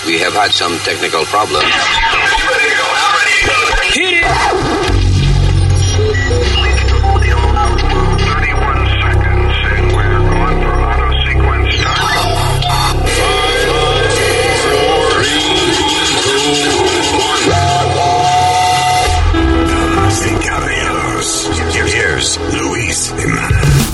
We have had some technical problems. Hit it! 31 seconds, and we're going for auto sequence start. 5, 4, 3, 2, 1. Damas y caballeros, here's Luis Jimenez.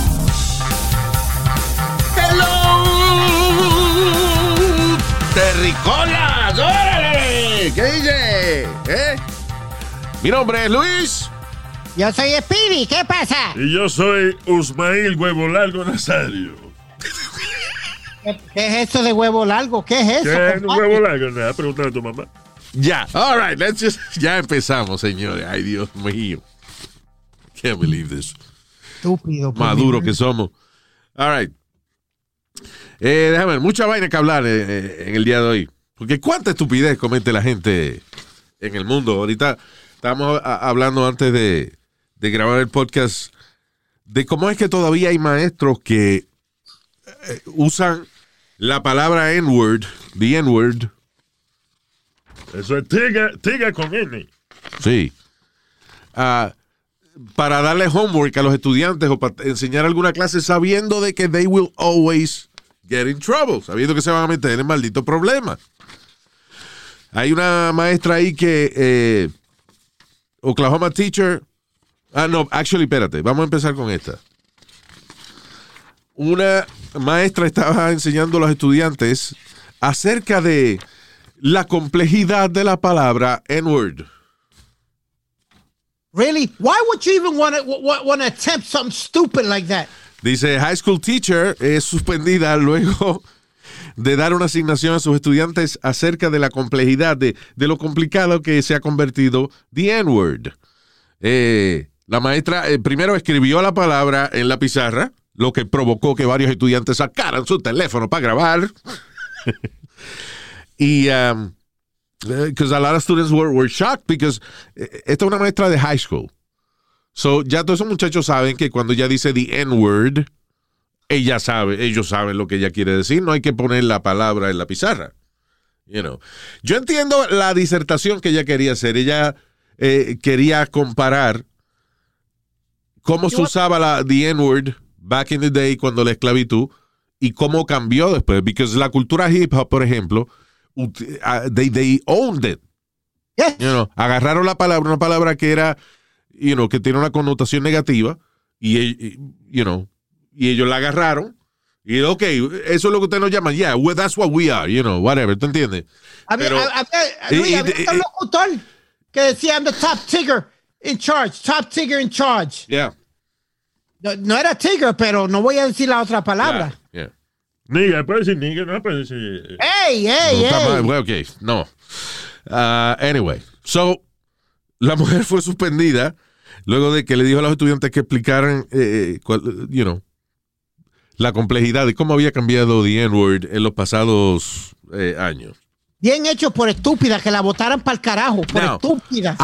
¡Terricolas! ¡Órale! ¿Qué dice? Mi nombre es Luis. Yo soy Speedy, ¿qué pasa? Y yo soy Usmail Huevo Largo Nazario. ¿Qué es eso de huevo largo? ¿Qué es eso? ¿Qué es un compadre? huevo largo? Nada, pregúntale a tu mamá. Ya. All right, ya empezamos, señores. Ay, Dios mío. Can't believe this. Estúpido. Maduro que somos. All right. Déjame ver, mucha vaina que hablar en el día de hoy. Porque cuánta estupidez comete la gente en el mundo. Ahorita estábamos hablando antes de grabar el podcast de cómo es que todavía hay maestros que usan la palabra N-word, the N-word. Eso es tiga con N. Sí. Para darle homework a los estudiantes o para enseñar alguna clase sabiendo de que they will always get in trouble, sabiendo que se van a meter en maldito problema. Hay una maestra ahí que Oklahoma teacher. No, actually, espérate, vamos a empezar con esta. Una maestra estaba enseñando a los estudiantes acerca de la complejidad de la palabra N-word. Really? Why would you even want to attempt something stupid like that? Dice, high school teacher es suspendida luego de dar una asignación a sus estudiantes acerca de la complejidad, de lo complicado que se ha convertido the N-word. La maestra primero escribió la palabra en la pizarra, lo que provocó que varios estudiantes sacaran su teléfono para grabar. Y because a lot of students were shocked because esta es una maestra de high school. So, ya todos esos muchachos saben que cuando ella dice the N-word, ellos saben lo que ella quiere decir. No hay que poner la palabra en la pizarra. You know. Yo entiendo la disertación que ella quería hacer. Ella quería comparar cómo se usaba the N-word back in the day cuando la esclavitud y cómo cambió después. Because la cultura hip hop, por ejemplo, they owned it. Yes. You know, agarraron la palabra, una palabra que era, you know, que tiene una connotación negativa y ellos la agarraron y ok, eso es lo que ustedes nos llaman, yeah, well, that's what we are, you know, whatever, ¿tú entiendes? Había un locutor que decía I'm the top tigger in charge. Yeah. No era tigger, pero no voy a decir la otra palabra. Yeah. Niga, puede decir niga, no puede decir. ¡Ey! No, está mal, well, ok, no. Anyway, so, la mujer fue suspendida luego de que le dijo a los estudiantes que explicaran, la complejidad de cómo había cambiado the N-word en los pasados años. Bien hecho por estúpida, que la votaran para el carajo, por estúpida.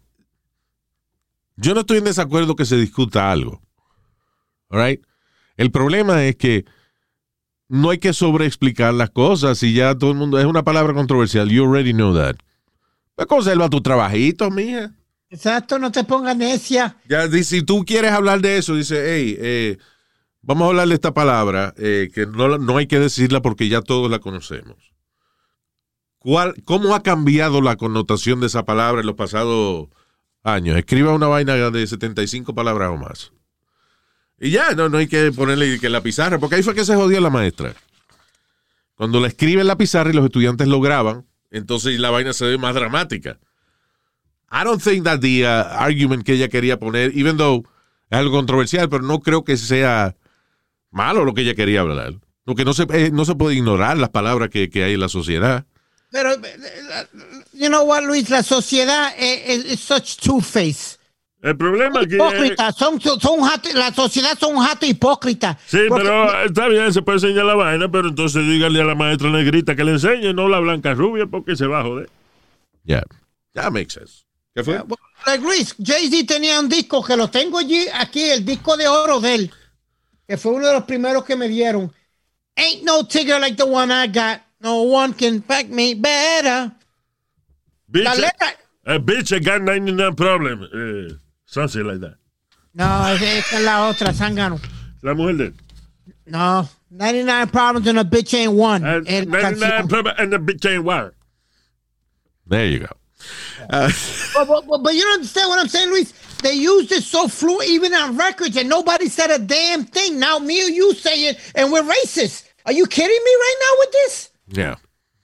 Yo no estoy en desacuerdo que se discuta algo. All right? El problema es que no hay que sobreexplicar las cosas y ya todo el mundo, es una palabra controversial. You already know that. Pues conserva tu trabajito, mija. Exacto, no te pongas necia. Ya, si tú quieres hablar de eso, dice, hey, vamos a hablar de esta palabra, que no hay que decirla porque ya todos la conocemos. ¿Cómo ha cambiado la connotación de esa palabra en los pasados años? Escriba una vaina de 75 palabras o más. Y ya, no hay que ponerle que la pizarra, porque ahí fue que se jodió la maestra. Cuando la escribe en la pizarra y los estudiantes lo graban, entonces la vaina se ve más dramática. I don't think that the argument que ella quería poner, even though es algo controversial, pero no creo que sea malo lo que ella quería hablar. Porque no se puede ignorar las palabras que hay en la sociedad. Pero, you know what, Luis, la sociedad es such two-face. El problema es que... Hipócritas, la sociedad son un jato hipócrita. Sí, pero está bien, se puede enseñar la vaina, pero entonces dígale a la maestra negrita que le enseñe, no la blanca rubia, porque se va a joder. Yeah, that makes sense. ¿Qué fue? Like Luis, Jay-Z tenía un disco que lo tengo aquí, el disco de oro de él, que fue uno de los primeros que me dieron. Ain't no tigger like the one I got. No one can fuck me better. Bitch, La letra. a bitch I got 99 problems. Something like that. No, esa es la otra, Zángano. La mujer de él. No, 99 problems and a bitch ain't one. And Es la 99 canción. problems and the bitch ain't one. There you go. But you don't understand what I'm saying, Luis? They used it so fluent even on records and nobody said a damn thing. Now me or you say it and we're racist. Are you kidding me right now with this? Yeah.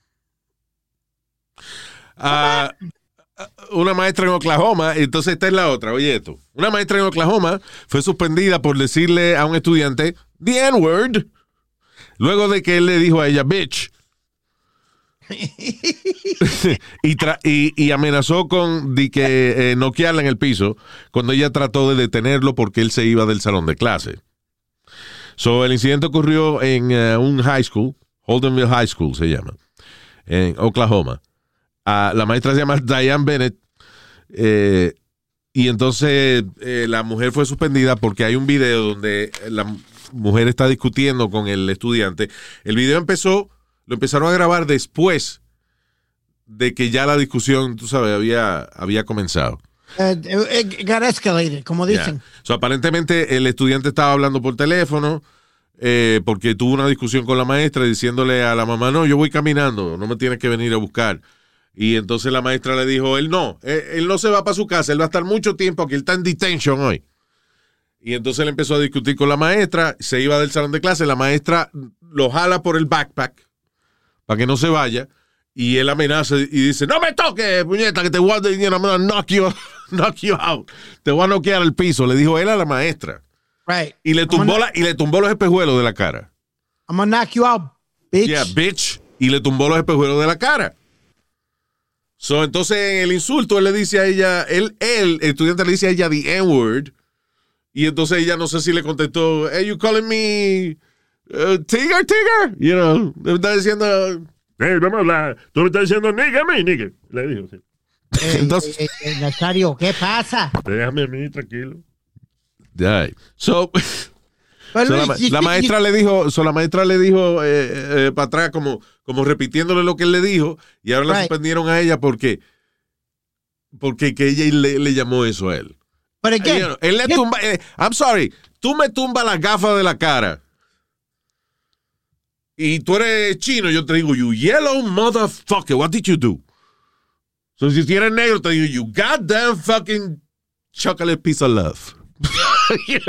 Una maestra en Oklahoma, entonces esta es la otra, oye esto. Una maestra en Oklahoma fue suspendida por decirle a un estudiante the N-word luego de que él le dijo a ella bitch. y amenazó con noquearla en el piso cuando ella trató de detenerlo porque él se iba del salón de clase. So, el incidente ocurrió en un high school, Holdenville High School se llama, en Oklahoma. La maestra se llama Diane Bennett y entonces la mujer fue suspendida porque hay un video donde la mujer está discutiendo con el estudiante. El video lo empezaron a grabar después de que ya la discusión, tú sabes, había comenzado. It got escalated, como dicen. Yeah. So, aparentemente el estudiante estaba hablando por teléfono porque tuvo una discusión con la maestra diciéndole a la mamá, no, yo voy caminando, no me tienes que venir a buscar. Y entonces la maestra le dijo, él no se va para su casa, él va a estar mucho tiempo aquí, él está en detention hoy. Y entonces él empezó a discutir con la maestra, se iba del salón de clase, la maestra lo jala por el backpack para que no se vaya, y él amenaza y dice, no me toques, puñeta, que te voy a knock you out. Te voy a noquear al piso, le dijo él a la maestra. Right. Y le tumbó los espejuelos de la cara. I'm gonna knock you out, bitch. Yeah, bitch. Y le tumbó los espejuelos de la cara. So, entonces en el insulto él le dice a ella, el estudiante le dice a ella the N-word, y entonces ella no sé si le contestó, hey, you calling me Tigger? You know, le está diciendo... Vamos a hablar. Tú me estás diciendo nigga a mí, nigga. Le dijo, sí. Entonces... Nazario, ¿qué pasa? Déjame a mí, tranquilo. Yeah. So... But Luis, la maestra le dijo para atrás como repitiéndole lo que él le dijo, y ahora la suspendieron a ella porque que ella le llamó eso a él. But again, él le tumba, I'm sorry, tú me tumbas las gafas de la cara y tú eres chino, yo te digo, you yellow motherfucker, what did you do? So si eres negro te digo, you goddamn fucking chocolate piece of love. You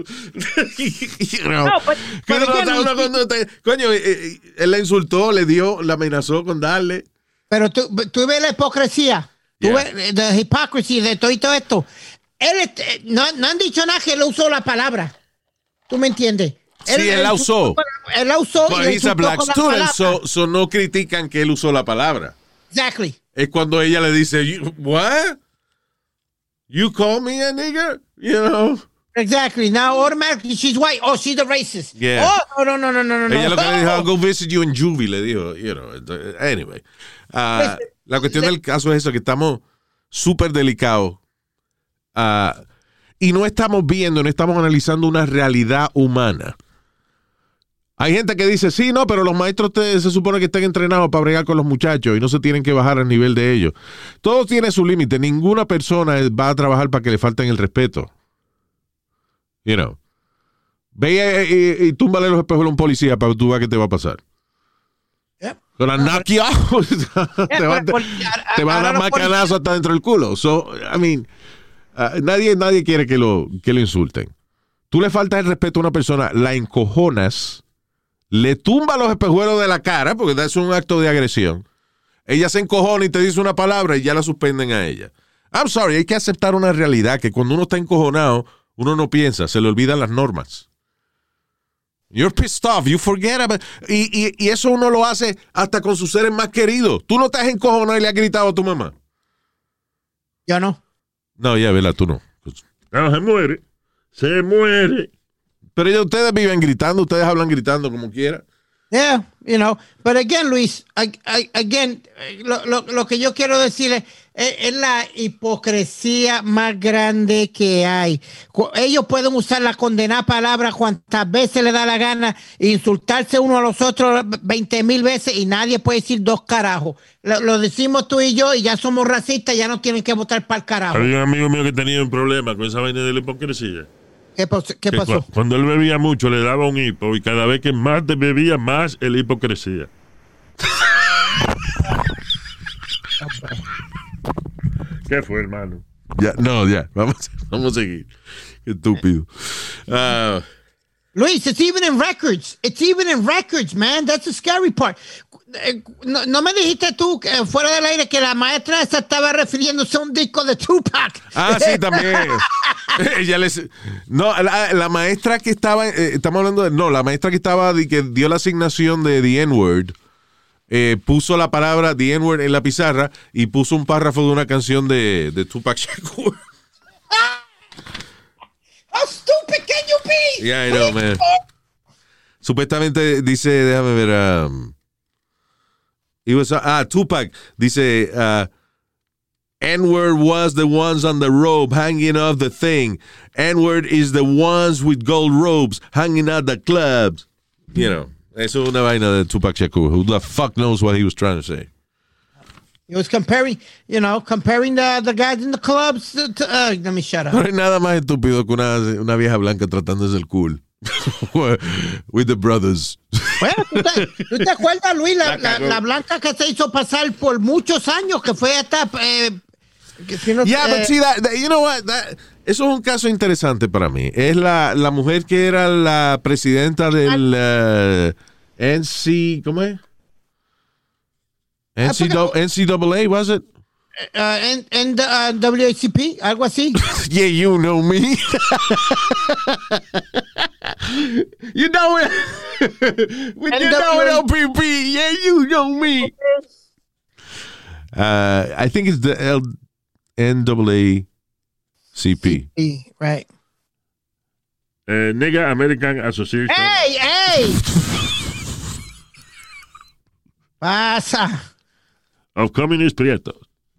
know. Coño, él la insultó, le amenazó con darle. Pero tú ves la hipocresía. Tú ves la hipocresía de todo esto. Él no han dicho nada que él usó la palabra. ¿Tú me entiendes? Sí, él la usó. Él la usó. But he's a black student, so no critican que él usó la palabra. Exactly. Es cuando ella le dice, what? You call me a nigger? You know? Exactly. Now automatically she's white. Oh, she's a racist. Yeah. Oh, no. Ella lo que le dijo, I'll go visit you in juvie, le dijo, you know. Anyway. La cuestión del caso es eso, que estamos súper delicados. Y no estamos analizando una realidad humana. Hay gente que dice, sí, no, pero los maestros se supone que estén entrenados para bregar con los muchachos y no se tienen que bajar al nivel de ellos. Todo tiene su límite. Ninguna persona va a trabajar para que le falten el respeto. You know. Ve y túmbale los espejos a un policía para que tú veas qué te va a pasar. Yep. Con la knock you out. te va a dar macanazo hasta dentro del culo. So, I mean, nadie quiere que lo insulten. Tú le faltas el respeto a una persona, la encojonas, le tumba los espejuelos de la cara, porque es un acto de agresión. Ella se encojona y te dice una palabra y ya la suspenden a ella. I'm sorry, hay que aceptar una realidad, que cuando uno está encojonado, uno no piensa, se le olvidan las normas. You're pissed off, you forget about it. Y eso uno lo hace hasta con sus seres más queridos. Tú no te has encojonado y le has gritado a tu mamá. Yo no. No, ya, vela, tú no. No, se muere. Pero ustedes viven gritando, ustedes hablan gritando como quiera. Yeah, you know, but again, Luis, again, lo que yo quiero decirle es la hipocresía más grande que hay. Ellos pueden usar la condenada palabra cuantas veces le da la gana, insultarse uno a los otros 20,000 veces y nadie puede decir dos carajos. Lo decimos tú y yo y ya somos racistas, ya no tienen que votar para el carajo. Había un amigo mío que tenía un problema con esa vaina de la hipocresía. ¿Qué pasó? Cuando él bebía mucho le daba un hipo y cada vez que más te bebía, más el hipo crecía. ¿Qué fue, hermano? Ya, vamos a seguir. Qué estúpido. Luis, it's even in records. It's even in records, man. That's the scary part. No me dijiste tú fuera del aire que la maestra esa estaba refiriéndose a un disco de Tupac. Ah, sí, también. La maestra que estaba, estamos hablando la maestra que estaba, que dio la asignación de The N-Word, puso la palabra The N-Word en la pizarra y puso un párrafo de una canción de Tupac Shakur. How stupid can you be? Yeah, I know, man. Supuestamente dice, déjame ver, Tupac dice, N-word was the ones on the rope hanging off the thing. N-word is the ones with gold ropes hanging out the clubs. You know, eso es una vaina de Tupac Shakur. Who the fuck knows what he was trying to say? He was comparing the guys in the clubs to let me shut up. No hay nada más estúpido que una vieja blanca tratando de ser cool. With the brothers. Bueno, ¿tú te acuerdas, Luis, la blanca que se hizo pasar por muchos años, que fue hasta... but see, you know what? Eso es un caso interesante para mí. Es la mujer que era la presidenta del ¿cómo es? NCAA, was it? WACP, algo así. Yeah, you know me. You know it. When you know it, LPP. Yeah, you know me. I think it's the NAACP. Right. Nigga American Association. Hey! Pasa. Of Communist Prietos.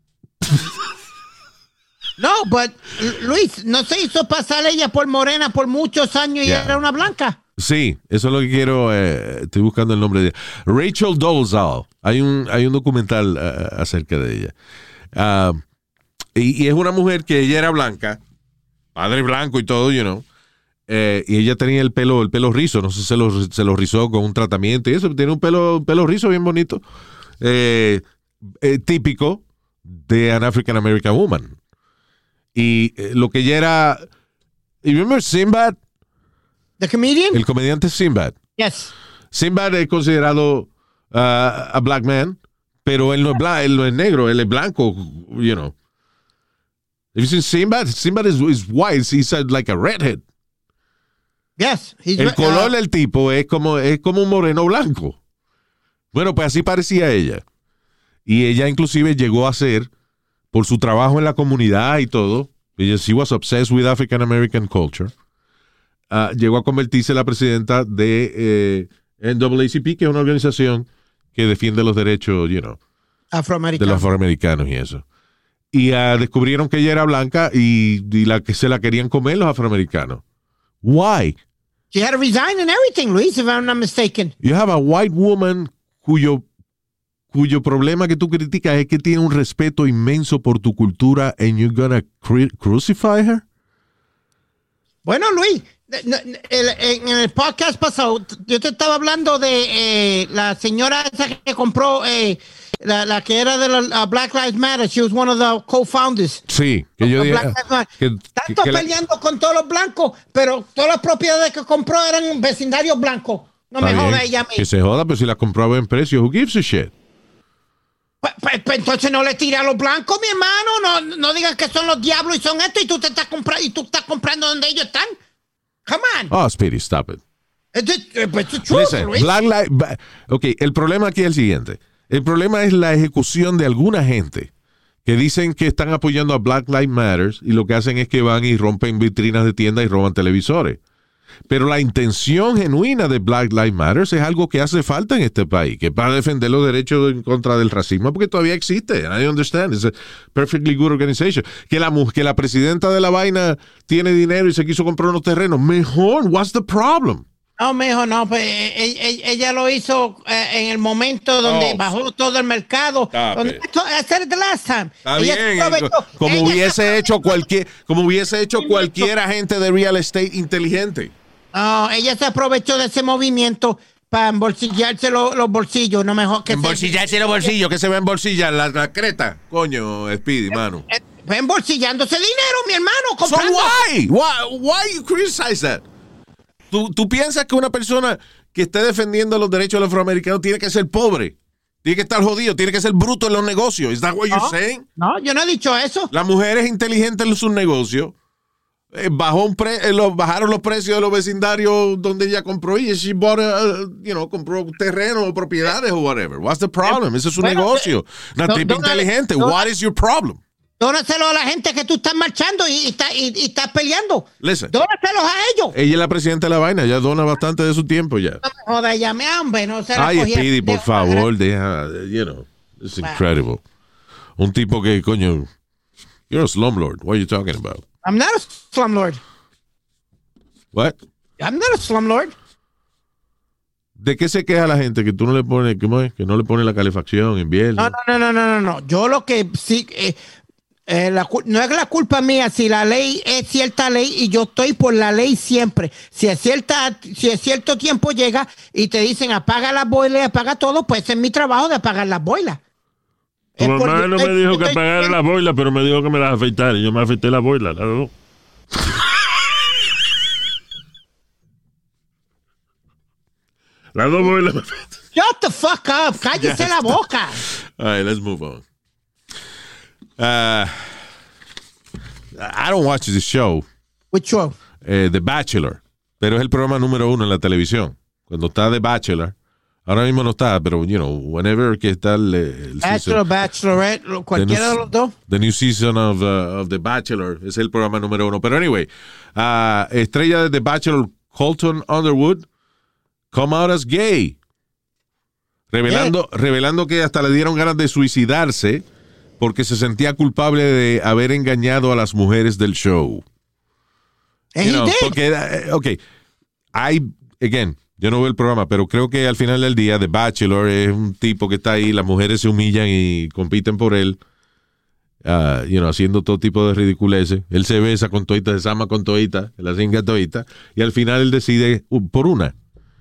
No, but Luis, no se hizo pasar ella por morena por muchos años y era una blanca. Sí, eso es lo que quiero. Estoy buscando el nombre de ella. Rachel Dolezal. Hay un documental acerca de ella. Y es una mujer que ella era blanca, padre blanco y todo, you know. Y ella tenía el pelo rizo. No sé si se lo rizó con un tratamiento y eso. Tiene un pelo rizo bien bonito. Típico de an African American woman. Y lo que ella era. You remember Sinbad? The comedian? El comediante Sinbad. Yes. Sinbad es considerado a black man, pero él no es negro, él es blanco, you know. Have you seen Sinbad? Sinbad is white, he's like a redhead. Yes. El color del tipo es como un moreno blanco. Bueno, pues así parecía ella. Y ella inclusive llegó a ser, por su trabajo en la comunidad y todo, she was obsessed with African American culture, llegó a convertirse en la presidenta de NAACP, que es una organización que defiende los derechos, you know, de los afroamericanos y eso. Y descubrieron que ella era blanca y la que se la querían comer los afroamericanos. Why? She had to resign and everything, Luis, if I'm not mistaken. You have a white woman cuyo problema que tú criticas es que tiene un respeto inmenso por tu cultura and you're gonna crucify her? Bueno, Luis, en el podcast pasado yo te estaba hablando de la señora esa que compró la que era de la Black Lives Matter. She was one of the co-founders. Sí, que yo dije tanto peleando con todos los blancos, pero todas las propiedades que compró eran vecindarios blancos. No me joda ella a mí. Que se joda, pero si las compró a buen precio, who gives a shit? Pues entonces no le tire a los blancos, mi hermano. No digas que son los diablos y son esto y tú estás comprando donde ellos están. Come on. Oh, Speedy, stop it. It's the truth, Listen, el problema aquí es el siguiente. El problema es la ejecución de alguna gente que dicen que están apoyando a Black Lives Matter y lo que hacen es que van y rompen vitrinas de tiendas y roban televisores. Pero la intención genuina de Black Lives Matter es algo que hace falta en este país, que es para defender los derechos en contra del racismo, porque todavía existe. I understand. It's a perfectly good organization. Que la presidenta de la vaina tiene dinero y se quiso comprar unos terrenos. Mejor. What's the problem? No, mijo, no, pues ella lo hizo en el momento donde bajó todo el mercado. I said it the last time. Está bien. Como hubiese hecho cualquier agente de real estate inteligente. No, ella se aprovechó de ese movimiento para embolsillarse los bolsillos, no mejor que embolsillarse los bolsillos, que se va a embolsillar la creta. Coño, Speedy, mano. Embolsillándose dinero, mi hermano, comprando. So why you criticize that? ¿Tú piensas que una persona que esté defendiendo los derechos de los afroamericanos tiene que ser pobre? Tiene que estar jodido, tiene que ser bruto en los negocios. ¿Is that what you're saying? No, yo no he dicho eso. La mujer es inteligente en sus negocios. Bajaron los precios de los vecindarios donde ella compró y she bought compró terreno o propiedades o whatever. What's the problem? Ese es su negocio. Una tipa inteligente. What is your problem? Dónaselo a la gente que tú estás marchando y estás peleando. Listen. Dónaselos a ellos. Ella es la presidenta de la vaina. Ella dona bastante de su tiempo ya. No me jodas, llame hambre. No se la Ay, Speedy, por favor, deja. It's incredible. Un tipo que, coño, you're a slumlord. What are you talking about? I'm not a slumlord. What? I'm not a slumlord. ¿De qué se queja la gente? Que tú no le pones, ¿cómo es? Que no le pones la calefacción, invierno. No. Yo lo que sí... no es la culpa mía si la ley es cierta ley y yo estoy por la ley siempre. Si es cierto tiempo llega y te dicen apaga las boilas y apaga todo, pues es mi trabajo de apagar las boilas. Tu mamá no me dijo que apagara las boilas, pero me dijo que me las afeitara y yo me afeité las boilas, las dos. Las dos boilas me afeité. Shut the fuck up, cállese la boca. All right, let's move on. I don't watch this show. Which show? The Bachelor. Pero es el programa número 1 en la televisión. Cuando está The Bachelor. Ahora mismo no está, pero, whenever que está el Bachelor, Bachelorette, cualquiera de los dos. The new season of The Bachelor es el programa número 1. Pero anyway, estrella de The Bachelor, Colton Underwood, come out as gay. Revelando que hasta le dieron ganas de suicidarse porque se sentía culpable de haber engañado a las mujeres del show. Porque, yo no veo el programa, pero creo que al final del día The Bachelor es un tipo que está ahí, las mujeres se humillan y compiten por él, haciendo todo tipo de ridiculeces. Él se besa con toita, se sama con toita, la cinga toita, y al final él decide por una.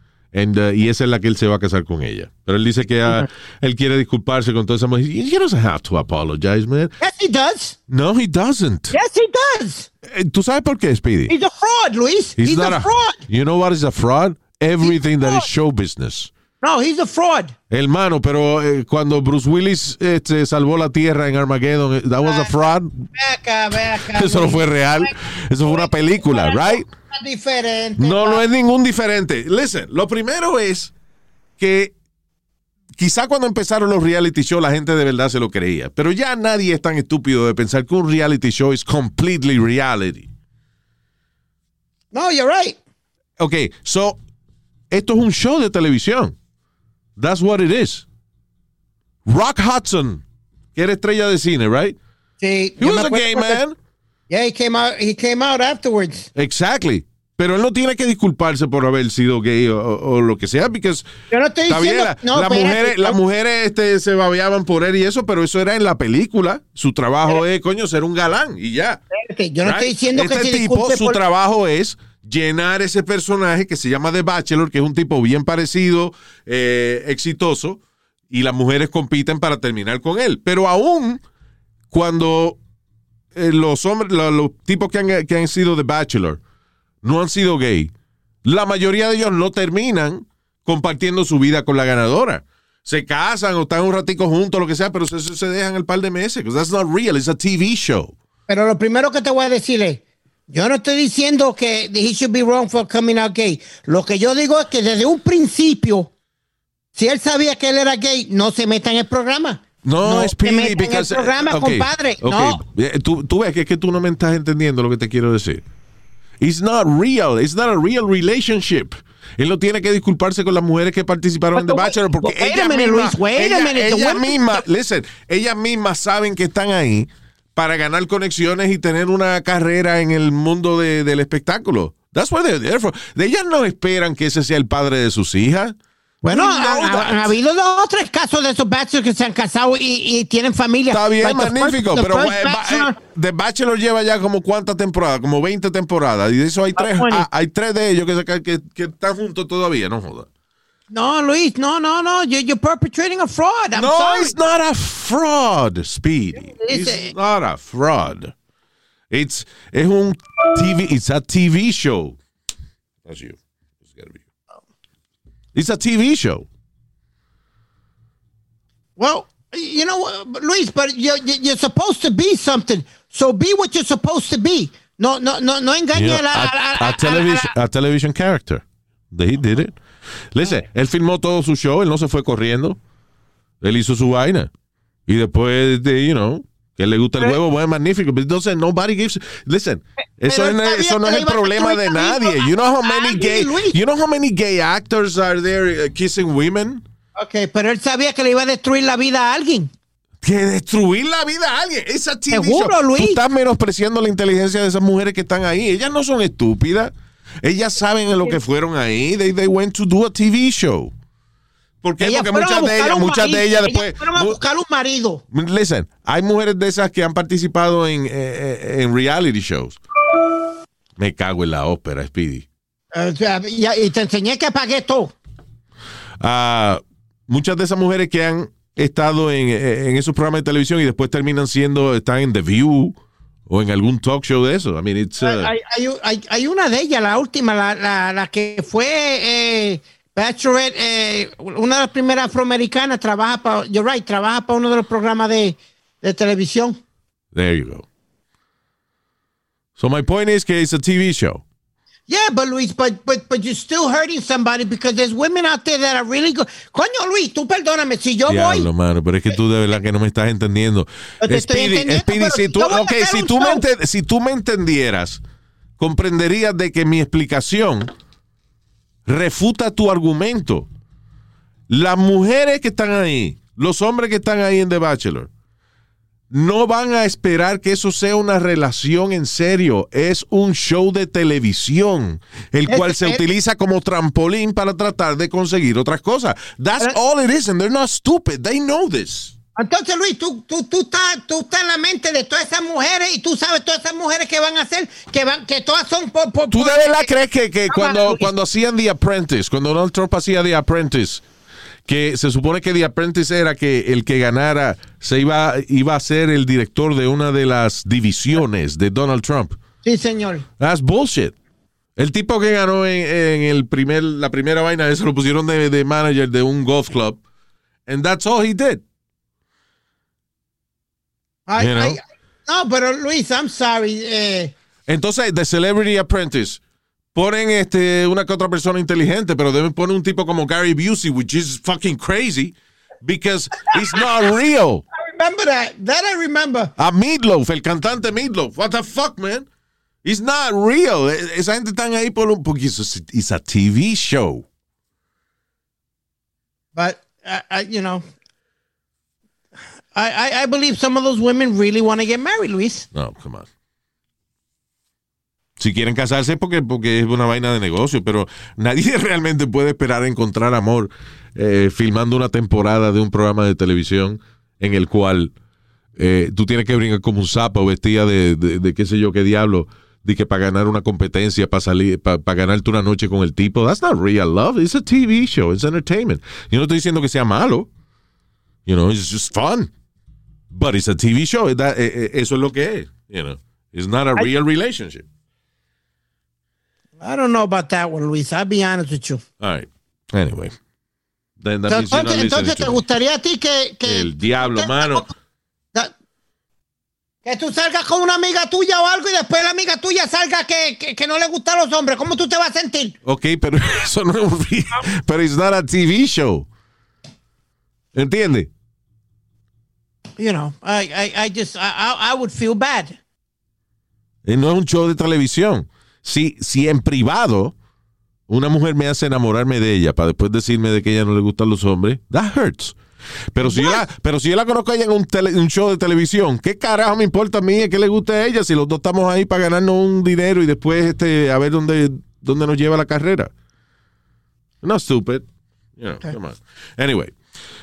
Y esa es la que él se va a casar con ella. Pero él dice que él quiere disculparse con toda esa mujer. He doesn't have to apologize, man. Yes, he does. No, he doesn't. Yes, he does. ¿Tú sabes por qué, Speedy? He's a fraud, Luis. He's a fraud. You know what is a fraud? Everything that is show business. No, he's a fraud. Hermano, pero cuando Bruce Willis salvó la tierra en Armageddon, that was a fraud. Ve acá. Eso no fue real. Eso fue una película, right? Diferente. No es ningún diferente. Listen, lo primero es que quizá cuando empezaron los reality shows la gente de verdad se lo creía, pero ya nadie es tan estúpido de pensar que un reality show es completely reality. No, you're right. Okay, so esto es un show de televisión. That's what it is. Rock Hudson, que era estrella de cine, right? Sí. He was a gay man. Yeah, he came out afterwards. Exactly. Pero él no tiene que disculparse por haber sido gay o lo que sea, porque yo no estoy diciendo, las mujeres se babeaban por él y eso, pero eso era en la película. Su trabajo es, ser un galán y ya. Yo no estoy diciendo que este tipo, su trabajo es llenar ese personaje que se llama The Bachelor, que es un tipo bien parecido, exitoso, y las mujeres compiten para terminar con él. Pero aún cuando los hombres, los tipos que han sido The Bachelor no han sido gay, la mayoría de ellos no terminan compartiendo su vida con la ganadora. Se casan o están un ratico juntos, lo que sea, pero se dejan el par de meses. Because that's not real, it's a TV show. Pero lo primero que te voy a decir es, yo no estoy diciendo que he should be wrong for coming out gay. Lo que yo digo es que desde un principio, si él sabía que él era gay, no se meta en el programa. No, es Speedy, porque en el programa, compadre. Okay. No. Tú ves que es que tú no me estás entendiendo lo que te quiero decir. It's not real. It's not a real relationship. Él no tiene que disculparse con las mujeres que participaron en The Bachelor porque ellas mismas saben que están ahí para ganar conexiones y tener una carrera en el mundo del espectáculo. That's what they're there for. Ellas no esperan que ese sea el padre de sus hijas. Bueno, ha habido 2 o 3 casos de esos bachelors que se han casado y tienen familia. Está bien, magnífico, pero The Bachelor lleva ya como ¿cuántas temporadas? Como 20 temporadas. Y de eso hay 3 de ellos que están juntos todavía, no joda. No, Luis, no. You're perpetrating a fraud. I'm no, sorry. It's not a fraud, Speedy. It's not a fraud. It's a TV show. That's you. It's gotta be you. It's a TV show. Well, you know, Luis, but you're supposed to be something. So be what you're supposed to be. No engañe a television character. He did it. Listen, él filmó todo su show, él no se fue corriendo. Él hizo su vaina. Y después de, que le gusta el huevo, bueno, magnífico. Pero entonces, nobody gives. Listen, eso no es el problema de nadie. You know how many gay actors are there kissing women? Okay, pero él sabía que le iba a destruir la vida a alguien. ¿Que destruir la vida a alguien? Esa TV Seguro, show. Luis. Tú estás menospreciando la inteligencia de esas mujeres que están ahí. Ellas no son estúpidas. Ellas saben en lo que fueron ahí. They went to do a TV show. ¿Por qué? Porque muchas de ellas después fueron a buscar un marido. Listen, hay mujeres de esas que han participado en reality shows. Me cago en la ópera, Speedy. Y te enseñé que pagué todo. Muchas de esas mujeres que han estado en esos programas de televisión y después están en The View o en algún talk show de eso. I mean, it's, hay una de ellas, la última, la que fue Bachelorette, una de las primeras afroamericanas, trabaja para uno de los programas de televisión. There you go. So my point is que it's a TV show. Yeah, but Luis, but you're still hurting somebody because there's women out there that are really good. Coño, Luis, tú perdóname, si yo Diablo, mano, pero es que tú de verdad que no me estás entendiendo. Speedy, si tú me entendieras, comprenderías de que mi explicación refuta tu argumento. Las mujeres que están ahí, los hombres que están ahí en The Bachelor, no van a esperar que eso sea una relación en serio. Es un show de televisión, el cual se utiliza como trampolín para tratar de conseguir otras cosas. That's all it is, and they're not stupid. They know this. Entonces, Luis, tú estás en la mente de todas esas mujeres y tú sabes todas esas mujeres que van a hacer, que todas son por ¿Tú de verdad crees que cuando hacían The Apprentice, cuando Donald Trump hacía The Apprentice, que se supone que The Apprentice era que el que ganara iba a ser el director de una de las divisiones de Donald Trump? Sí, señor. That's bullshit. El tipo que ganó en la primera vaina eso lo pusieron de manager de un golf club, and that's all he did. No, pero Luis, I'm sorry. Entonces, The Celebrity Apprentice, ponen una que otra persona inteligente, pero deben poner un tipo como Gary Busey, which is fucking crazy, because it's not real. I remember that. That I remember. A Meatloaf, el cantante Meatloaf. What the fuck, man? It's not real. Esa gente están ahí porque it's a TV show. But, I believe some of those women really want to get married, Luis. No, come on. Si quieren casarse porque es una vaina de negocio, pero nadie realmente puede esperar a encontrar amor filmando una temporada de un programa de televisión en el cual tú tienes que brincar como un sapo vestida de qué sé yo qué diablo, de que para ganar una competencia, para salir, para ganarte una noche con el tipo. That's not real love. It's a TV show. It's entertainment. Yo no estoy diciendo que sea malo. It's just fun. But it's a TV show. Eso es lo que es. It's not a real relationship. I don't know about that one, Luis. I'll be honest with you. All right. Anyway. Entonces ¿te gustaría a ti que el diablo, mano. Que tú salgas con una amiga tuya o algo y después la amiga tuya salga que no le gustan los hombres? ¿Cómo tú te vas a sentir? Ok, pero eso no es pero it's not a TV show. ¿Entiendes? I would feel bad. Y no es un show de televisión. Si en privado una mujer me hace enamorarme de ella para después decirme de que a ella no le gustan los hombres, that hurts. Pero si yo la conozco a ella en un show de televisión, ¿qué carajo me importa a mí que le guste a ella si los dos estamos ahí para ganarnos un dinero y después a ver dónde nos lleva la carrera? No stupid. Come on. Anyway.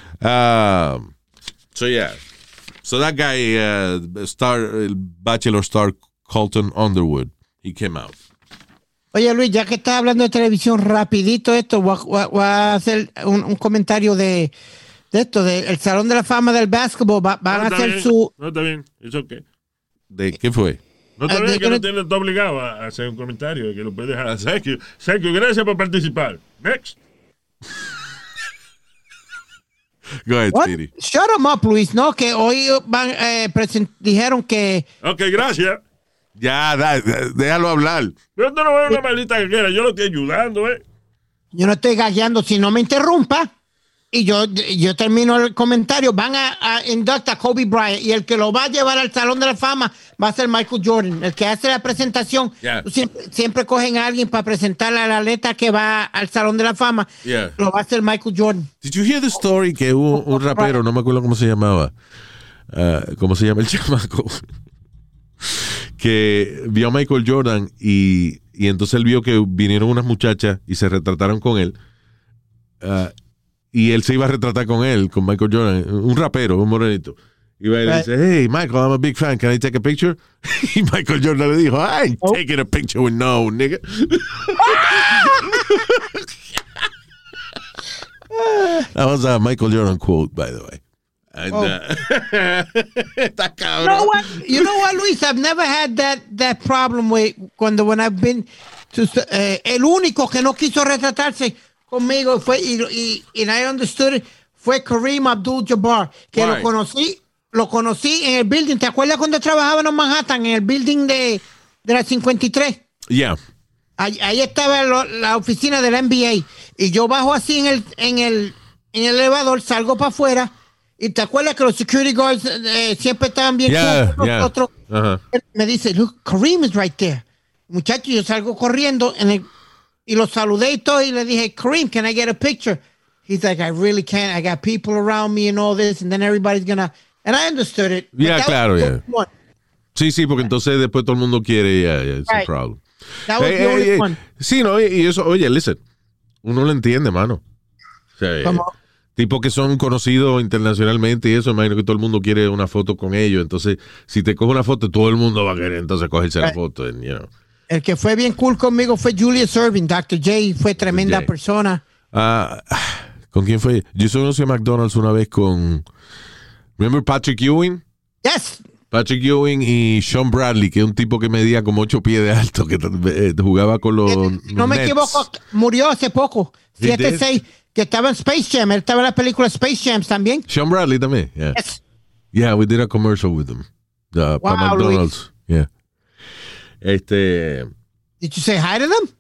So that guy, el Bachelor star Colton Underwood, he came out. Oye, Luis, ya que estás hablando de televisión, rapidito esto, voy a hacer un comentario de esto, del Salón de la Fama del Básquetbol. Van a hacer bien, su... No, está bien. ¿Eso qué? ¿De qué fue? No está bien que no tiene todo obligado a hacer un comentario, que lo puede dejar. Thank you, gracias por participar. Next. Go ahead, What? Speedy. Shut them up, Luis, ¿no? Que hoy dijeron que... Ok, gracias. Ya, déjalo hablar. Pero tú no ves una maldita gaguera. Yo lo estoy ayudando, Yo no estoy gagueando, si no me interrumpa. Y yo termino el comentario. Van a inductar a Kobe Bryant. Y el que lo va a llevar al Salón de la Fama va a ser Michael Jordan. El que hace la presentación. Yeah. Siempre cogen a alguien para presentarle a la atleta que va al Salón de la Fama. Yeah. Lo va a hacer Michael Jordan. Did you hear the story que hubo un rapero, no me acuerdo cómo se llamaba. ¿Cómo se llama el chamaco? Que vio a Michael Jordan y entonces él vio que vinieron unas muchachas y se retrataron con él. Y él se iba a retratar con Michael Jordan, un rapero, un morenito. Y va y le dice, hey, Michael, I'm a big fan, can I take a picture? Y Michael Jordan le dijo, I ain't taking a picture with no nigga. That was a Michael Jordan quote, by the way. And, está cabrón. You know what, Luis? I've never had that problem when I've been to... el único que no quiso retratarse conmigo fue, y I understood it, fue Kareem Abdul-Jabbar, que lo conocí en el building. ¿Te acuerdas cuando trabajaba en Manhattan, en el building de la 53? Yeah. Ahí estaba la oficina de la NBA. Y yo bajo así en el elevador, salgo para afuera. Y te acuerdas que los security guards siempre estaban bien cool con nosotros. Uh-huh. Me dice, look, Kareem is right there. Muchacho, yo salgo corriendo y lo saludé y todo. Y le dije, Kareem, can I get a picture? He's like, I really can't. I got people around me and all this. And then everybody's gonna... And I understood it. Yeah, claro, yeah. Sí, porque entonces después todo el mundo quiere, it's a problem. That was the only one. Sí, no, y eso, oye, listen, uno lo entiende, mano. O sea, tipos que son conocidos internacionalmente y eso, imagino que todo el mundo quiere una foto con ellos. Entonces, si te coge una foto, todo el mundo va a querer entonces cogerse la foto. And, you know. El que fue bien cool conmigo fue Julius Erving. Dr. J fue tremenda persona. ¿Con quién fue? Yo conocí a McDonald's una vez con... ¿Remember Patrick Ewing? Yes. Patrick Ewing y Sean Bradley, que es un tipo que medía como 8 pies de alto, que jugaba con los no me Nets. equivoco, murió hace poco. 7'6", que estaba en Space Jam. Él estaba en la película Space Jam también. Sean Bradley también, yeah. Yes. Yeah, we did a commercial with him. Para McDonald's. Luis. Yeah. Did you say hi to them?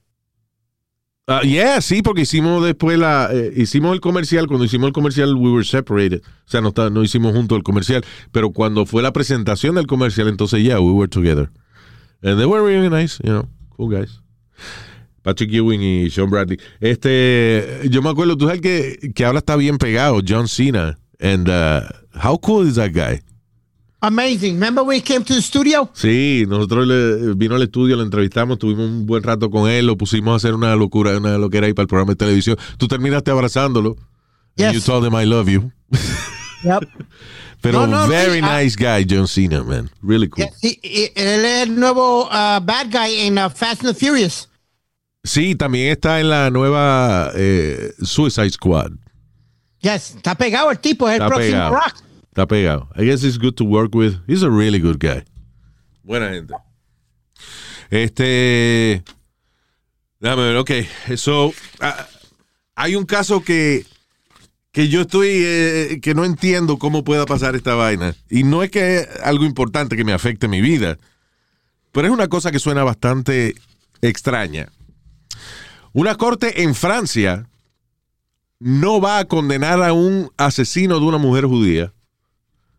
Yeah, sí, porque hicimos después hicimos el comercial. Cuando hicimos el comercial, we were separated. O sea, no hicimos juntos el comercial. Pero cuando fue la presentación del comercial, entonces, yeah, we were together. And they were really nice, you know, cool guys. Patrick Ewing y Sean Bradley. Yo me acuerdo, tú sabes que ahora está bien pegado, John Cena. And how cool is that guy? Amazing. Remember when he came to the studio? Sí, nosotros vino al estudio, lo entrevistamos, tuvimos un buen rato con él, lo pusimos a hacer una loquera ahí para el programa de televisión. Tú terminaste abrazándolo. Yes. And you told him I love you. Yep. Pero very nice guy, John Cena, man. Really cool. Yes, él es el nuevo bad guy en Fast and the Furious. Sí, también está en la nueva Suicide Squad. Yes, está pegado el tipo, es el próximo Rock. Está pegado. I guess he's good to work with. He's a really good guy. Buena gente. Déjame ver, ok. So, hay un caso que yo estoy, que no entiendo cómo pueda pasar esta vaina. Y no es que es algo importante que me afecte mi vida, pero es una cosa que suena bastante extraña. Una corte en Francia no va a condenar a un asesino de una mujer judía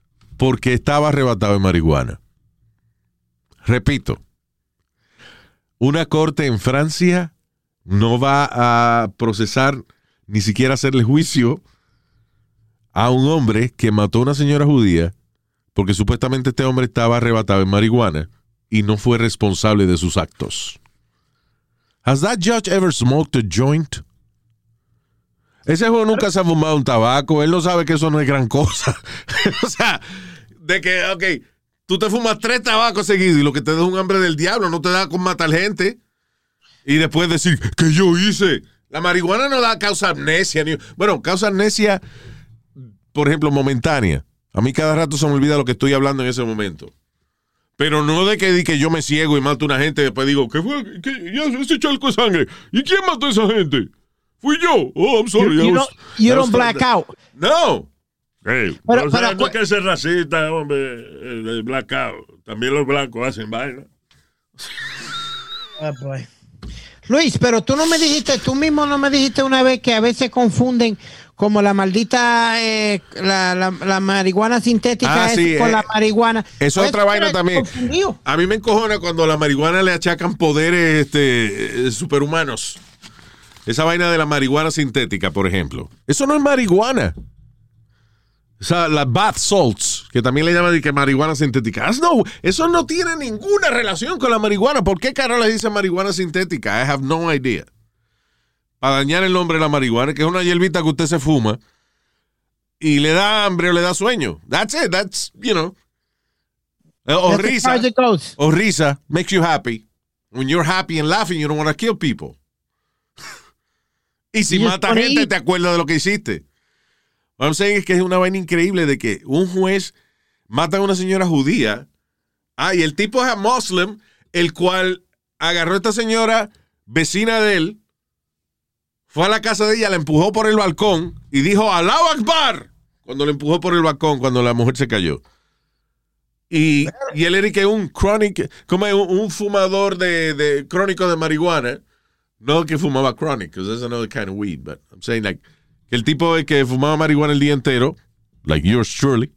porque estaba arrebatado de marihuana. Repito, una corte en Francia no va a procesar ni siquiera hacerle juicio a un hombre que mató a una señora judía porque supuestamente este hombre estaba arrebatado en marihuana y no fue responsable de sus actos. Has that judge ever smoked a joint? Ese juego nunca se ha fumado un tabaco. Él no sabe que eso no es gran cosa. O sea, de que, ok, tú te fumas 3 tabacos seguidos y lo que te da es un hambre del diablo, no te da con matar gente. Y después decir, ¿qué yo hice? La marihuana no da causa amnesia. Bueno, causa amnesia, por ejemplo, momentánea. A mí cada rato se me olvida lo que estoy hablando en ese momento. Pero no de que yo me ciego y mato a una gente y después digo, ¿qué fue? Ya ese charco de sangre. ¿Y quién mató a esa gente? Fui yo. Oh, I'm sorry. You don't black out. No. Hey, pero no es que ser racista, hombre, el blackout. También los blancos hacen vaina. Oh, boy. Luis, pero tú mismo no me dijiste una vez que a veces confunden como la maldita la marihuana sintética sí, con la marihuana. Eso es otra vaina también. Confundido. A mí me encojona cuando a la marihuana le achacan poderes superhumanos. Esa vaina de la marihuana sintética, por ejemplo. Eso no es marihuana. O sea, las bath salts, que también le llaman de que marihuana sintética. No, eso no tiene ninguna relación con la marihuana. ¿Por qué carajo le dicen marihuana sintética? I have no idea. Para dañar el nombre de la marihuana, que es una hierbita que usted se fuma y le da hambre o le da sueño. That's it. That's, you know. O risa. O risa makes you happy. When you're happy and laughing, you don't want to kill people. Y si mata gente, te acuerdas de lo que hiciste. What I'm saying es que es una vaina increíble de que un juez mata a una señora judía. Y el tipo es a muslim, el cual agarró a esta señora vecina de él, fue a la casa de ella, la empujó por el balcón y dijo Allahu Akbar cuando le empujó por el balcón cuando la mujer se cayó. Y él era que un fumador de crónico de marihuana. No que fumaba chronic, because that's another kind of weed, but I'm saying like que el tipo que fumaba marihuana el día entero, like yours truly,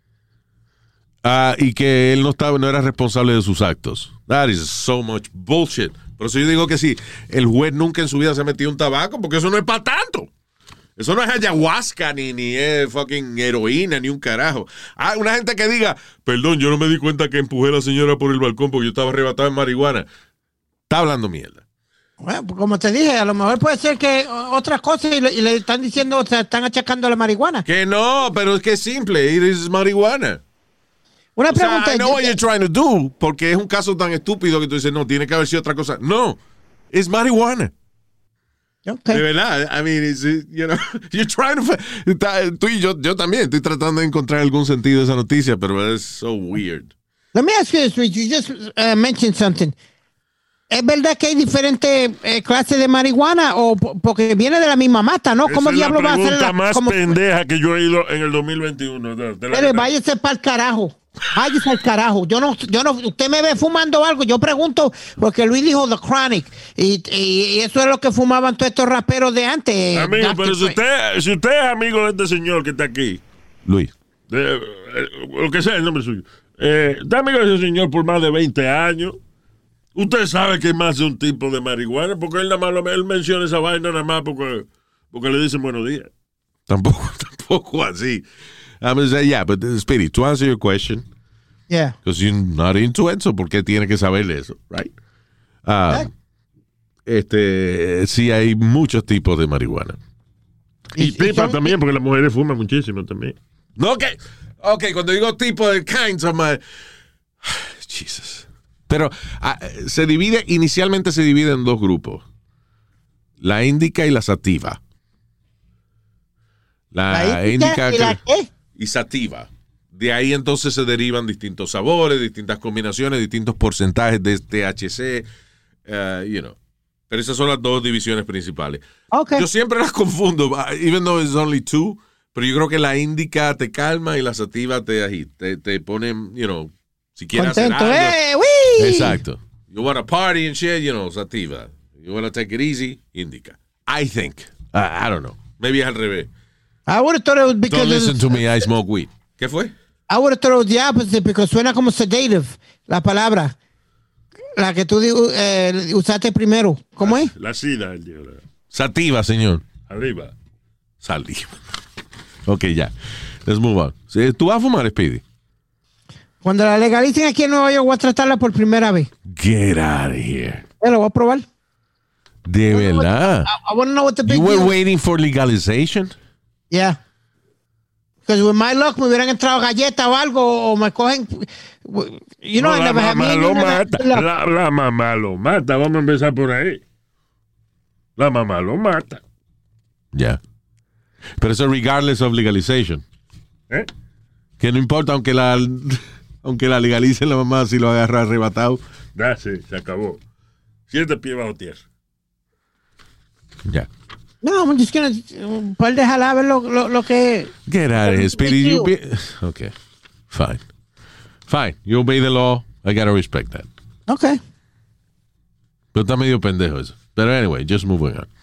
y que él no era responsable de sus actos. That is so much bullshit. Por eso yo digo que sí, el juez nunca en su vida se ha metido un tabaco, porque eso no es para tanto. Eso no es ayahuasca, ni es fucking heroína, ni un carajo. Una gente que diga, perdón, yo no me di cuenta que empujé a la señora por el balcón porque yo estaba arrebatado en marihuana. Está hablando mierda. Bueno, como te dije, a lo mejor puede ser que otras cosas y le están diciendo, o sea, están achacando la marihuana. Que no, pero es que es simple, es marihuana. Una pregunta. I know what you're trying to do, porque es un caso tan estúpido que tú dices, no, tiene que haber sido otra cosa. No, es marihuana. Okay. De verdad, I mean, you know, you're trying to... Tú y yo también estoy tratando de encontrar algún sentido de esa noticia, pero es so weird. Let me ask you this, Rich. You just mentioned something. ¿Es verdad que hay diferentes clases de marihuana o porque viene de la misma mata, no? ¿Cómo diablo va a ser la más pendeja que yo he ido en el 2021? Pero váyase para el carajo. Váyase al carajo. Yo no, usted me ve fumando algo, yo pregunto, porque Luis dijo The Chronic, y eso es lo que fumaban todos estos raperos de antes. Amigo, pero si usted es amigo de este señor que está aquí, Luis, lo que sea el nombre suyo, está amigo de ese señor por más de 20 años. Usted sabe que es más de un tipo de marihuana, porque él nada más él menciona esa vaina nada más porque le dicen buenos días. Tampoco así. I'm going to say, yeah, but Spirit, to answer your question, yeah, because you're not into it, so ¿por qué tiene que saber eso, right? Sí, hay muchos tipos de marihuana. Y pipa también, porque las mujeres fuman muchísimo también. No, okay, cuando digo tipo de kinds of Jesus. Pero inicialmente se divide en 2 grupos. La índica y la sativa. La índica y la qué? Y sativa. De ahí entonces se derivan distintos sabores, distintas combinaciones, distintos porcentajes de THC, you know. Pero esas son las 2 divisiones principales. Okay. Yo siempre las confundo, even though it's only 2, pero yo creo que la índica te calma y la sativa te pone, you know, si quieres hacer algo. Exacto. You want to party and shit, you know, sativa. You want to take it easy, indica. I think. I don't know. Maybe es al revés. I would have thought it was because... Don't listen to me, I smoke weed. ¿Qué fue? I would have thought it was the opposite because suena como sedative, la palabra. La que tú usaste primero. ¿Cómo es? La sida, él dijo. Sativa, señor. Arriba. Saliva. Ok, ya. Let's move on. Sí, ¿tú vas a fumar, Speedy? Cuando la legalicen aquí en Nueva York, voy a tratarla por primera vez. Get out of here. Lo voy a probar. De verdad. I want to know what the big You were deal. waiting for legalization? Yeah. Because with my luck me hubieran entrado galletas o algo, o me cogen. You know, No, I la never had mamá me. lo mata. La mamá lo mata. Vamos a empezar por ahí. La mamá lo mata. Ya. Pero eso regardless of legalization. ¿Eh? Que no importa, aunque la legalicen la mamá, si lo agarra arrebatado. Ya, sí, se acabó. 7 pies bajo tierra. Ya. No, I'm just gonna. Para dejar ver lo que. Get out of here, Speedy. Okay. Fine. Fine. You obey the law. I gotta respect that. Okay. Pero está medio pendejo eso. Pero anyway, just moving on.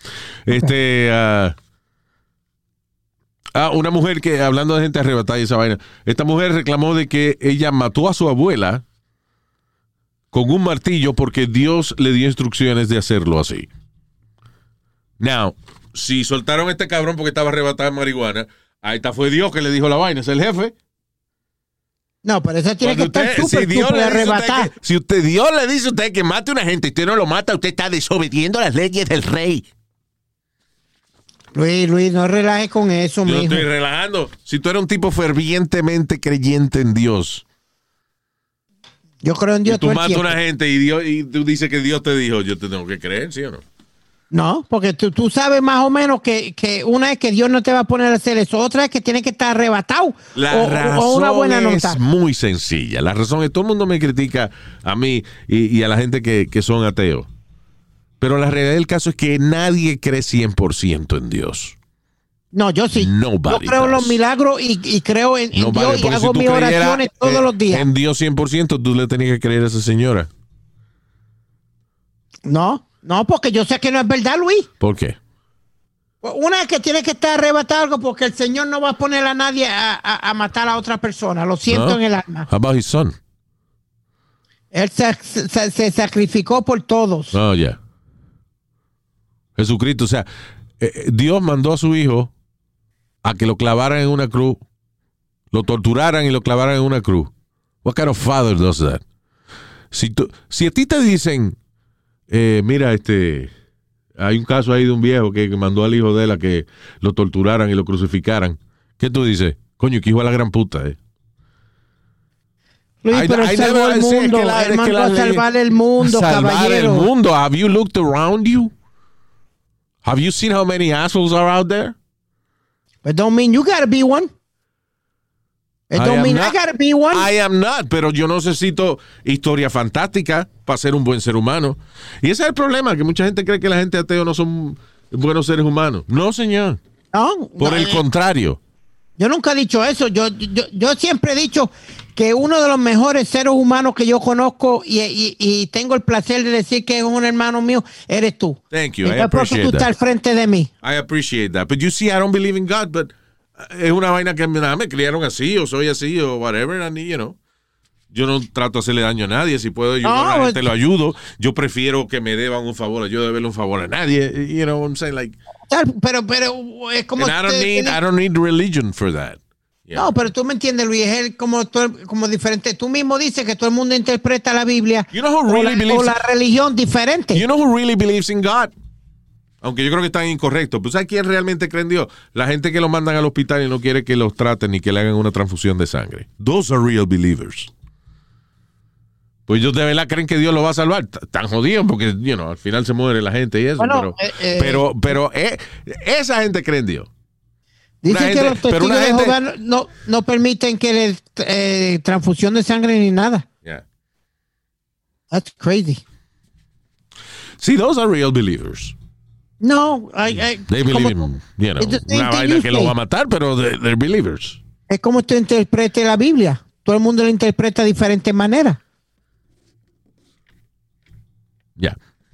Una mujer que, hablando de gente arrebatada y esa vaina, esta mujer reclamó de que ella mató a su abuela con un martillo porque Dios le dio instrucciones de hacerlo así. Now, si soltaron a este cabrón porque estaba arrebatada en marihuana, ahí está, fue Dios que le dijo la vaina, es el jefe. No, pero esa tiene Cuando que estar usted- súper, si Dios súper le dice a usted arrebatada. que- si usted Dios le dice a usted que mate a una gente y usted no lo mata, usted está desobediendo las leyes del rey. Luis, no relajes con eso, Yo mijo. estoy relajando. Si tú eres un tipo fervientemente creyente en Dios, Yo creo en Dios y tú todo el matas a tiempo. una gente y tú dices que Dios te dijo, yo te tengo que creer, ¿sí o no? No, porque tú sabes más o menos que una es que Dios no te va a poner a hacer eso, otra es que tiene que estar arrebatado o una buena nota. es muy sencilla. La razón es, todo el mundo me critica a mí y a la gente que son ateos. Pero la realidad del caso es que nadie cree 100% en Dios. No, yo sí. Nobody Yo creo en does. los milagros y creo en No Dios vale, y porque hago si tú mis creyeras, oraciones todos los días. En Dios 100%, tú le tenías que creer a esa señora. No, porque yo sé que no es verdad, Luis. ¿Por qué? Una es que tiene que estar arrebatado algo porque el Señor no va a poner a nadie a matar a otra persona. Lo siento ¿No? en el alma. How about his son? Él se sacrificó por todos. Oh, yeah. Jesucristo, o sea, Dios mandó a su hijo a que lo clavaran en una cruz, lo torturaran y lo clavaran en una cruz. What kind of father does that? Si a ti te dicen, mira, hay un caso ahí de un viejo que mandó al hijo de él a que lo torturaran y lo crucificaran, ¿qué tú dices? Coño, que hijo de la gran puta, Luis, pero él salvó el mundo. Él mandó a salvar el mundo, salvar caballero. el mundo. Have you looked around you? Have you seen how many assholes are out there? It don't mean you gotta be one. It don't mean I gotta be one. I am not, pero yo no necesito historia fantástica para ser un buen ser humano. Y ese es el problema, que mucha gente cree que la gente ateo no son buenos seres humanos. No, señor. No, Por el contrario. Yo nunca he dicho eso. Yo siempre he dicho que uno de los mejores seres humanos que yo conozco y tengo el placer de decir que es un hermano mío, eres tú. Thank you. I Entonces, por eso appreciate tú estás that. al frente de mí. I appreciate that. But you see, I don't believe in God, but es una vaina que me criaron así, o soy así, o whatever, and you know. Yo no trato de hacerle daño a nadie. Si puedo ayudar a la gente, lo ayudo. Yo prefiero que me deban un favor. Yo deberle un favor a nadie. You know what I'm saying? Like, Pero es como... and I don't need religion for that. Yeah. No, pero tú me entiendes, Luis, es como diferente. Tú mismo dices que todo el mundo interpreta la Biblia You know who really believes- o la religión diferente. You know who really believes in God? Aunque yo creo que están incorrectos. ¿Pues sabes quién realmente cree en Dios? La gente que lo mandan al hospital y no quiere que los traten ni que le hagan una transfusión de sangre. Those are real believers. Pues ellos de verdad creen que Dios lo va a salvar. Están jodidos porque, you know, al final se muere la gente y eso. Bueno, pero esa gente cree en Dios. Dice una que gente- los pero testigos una de gente- Jehová no permiten que le transfusión de sangre ni nada. Yeah. That's crazy. Sí, those are real believers. No, They believe in, you know, It's the same una thing vaina you que lo say. va a matar, pero they're believers. Es como tú interpretes la Biblia. Todo el mundo la interpreta de diferentes maneras. Ya.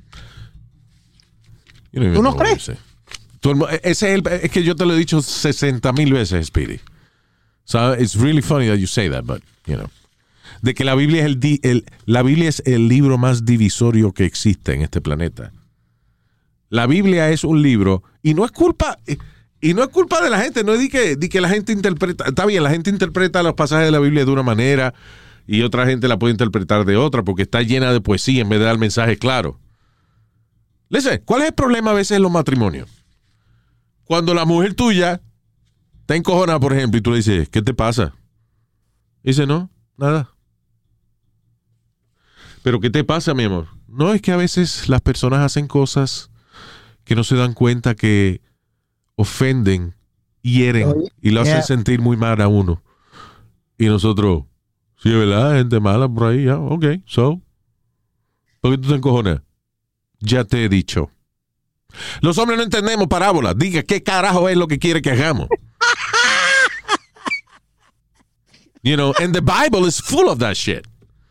¿Tú no crees? Es que yo te lo he dicho 60,000 veces, Speedy. So it's really funny that you say that, but, you know. de que la Biblia es el libro más divisorio que existe en este planeta. La Biblia es un libro y no es culpa de la gente, no es de que la gente interpreta, está bien, la gente interpreta los pasajes de la Biblia de una manera y otra gente la puede interpretar de otra porque está llena de poesía en vez de dar mensajes claros. Listen, ¿cuál es el problema a veces en los matrimonios? Cuando la mujer tuya está encojonada, por ejemplo, y tú le dices, ¿qué te pasa? Y dice, no, nada. ¿Pero qué te pasa, mi amor? No, es que a veces las personas hacen cosas que no se dan cuenta que ofenden, hieren y lo hacen sentir muy mal a uno. Y nosotros, sí, es verdad, hay gente mala por ahí, ya, ok, so. ¿Por qué tú te encojonas? Ya te he dicho. Los hombres no entendemos parábolas. Diga qué carajo es lo que quiere que hagamos. You know, and the Bible is full of that shit.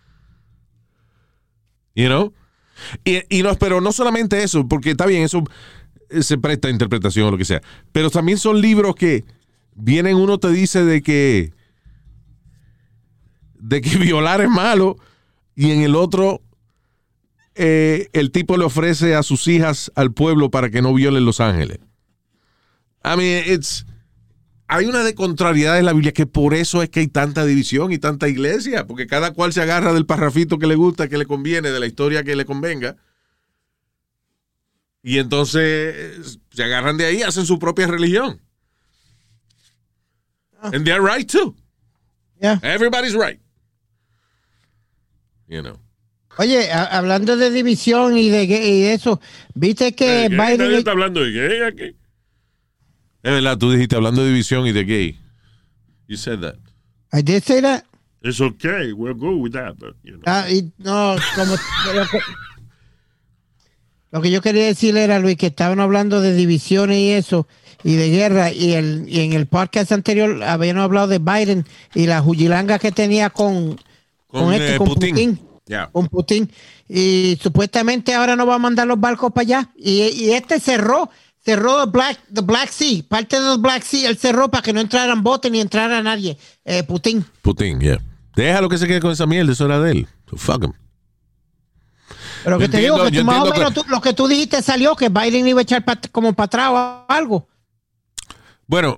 You know? Y no, pero no solamente eso, porque está bien, eso se presta a interpretación o lo que sea. Pero también son libros que vienen, uno te dice de que violar es malo, y en el otro el tipo le ofrece a sus hijas al pueblo para que no violen Los Ángeles. I mean, hay una de contrariedades en la Biblia, que por eso es que hay tanta división y tanta iglesia, porque cada cual se agarra del parrafito que le gusta, que le conviene, de la historia que le convenga, y entonces se agarran de ahí, hacen su propia religión. And they're right too. Yeah. Everybody's right. You know. Oye, hablando de división y de eso, ¿viste que Nadie Biden... está hablando de gay aquí. Es verdad, tú dijiste hablando de división y de gay. You said that. I did say that? It's okay. We'll go with that. But, you know. No, como... Lo que yo quería decir era, Luis, que estaban hablando de divisiones y eso, y de guerra, y en el podcast anterior habían hablado de Biden y la jujilanga que tenía con Putin. Yeah. Con Putin. Y supuestamente ahora no va a mandar los barcos para allá. Y este cerró the Black Sea, parte del Black Sea, él cerró para que no entraran botes ni entrara nadie. Putin, yeah. Déjalo que se quede con esa mierda, eso era de él. So fuck him. Pero que te digo que tú, más o menos lo que tú dijiste salió, que Biden iba a echar como para atrás o algo. Bueno,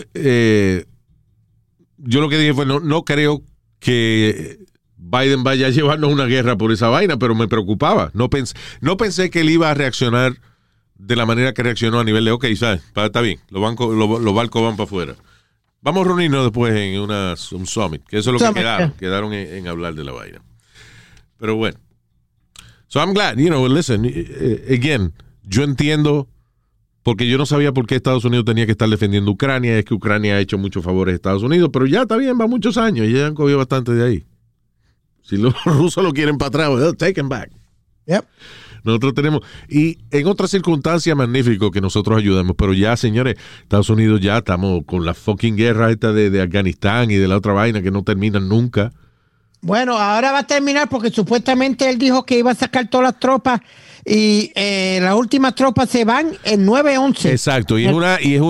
yo lo que dije fue, no creo que Biden vaya a llevarnos una guerra por esa vaina, pero me preocupaba. No pensé que él iba a reaccionar de la manera que reaccionó a nivel de, ok, ¿sabes? Está bien, los barcos van para afuera. Vamos a reunirnos después en un summit, que eso es lo que quedaron en hablar de la vaina. Pero bueno. So I'm glad, you know, listen, again, yo entiendo, porque yo no sabía por qué Estados Unidos tenía que estar defendiendo a Ucrania, es que Ucrania ha hecho muchos favores a Estados Unidos, pero ya está bien, va muchos años, y ya han cogido bastante de ahí. Si los rusos lo quieren para atrás, they'll take them back. Yep. Nosotros tenemos, y en otras circunstancias magnífico que nosotros ayudamos, pero ya, señores, Estados Unidos ya estamos con la fucking guerra esta de Afganistán y de la otra vaina que no terminan nunca. Bueno, ahora va a terminar porque supuestamente él dijo que iba a sacar todas las tropas y las últimas tropas se van en 9/11. Exacto, y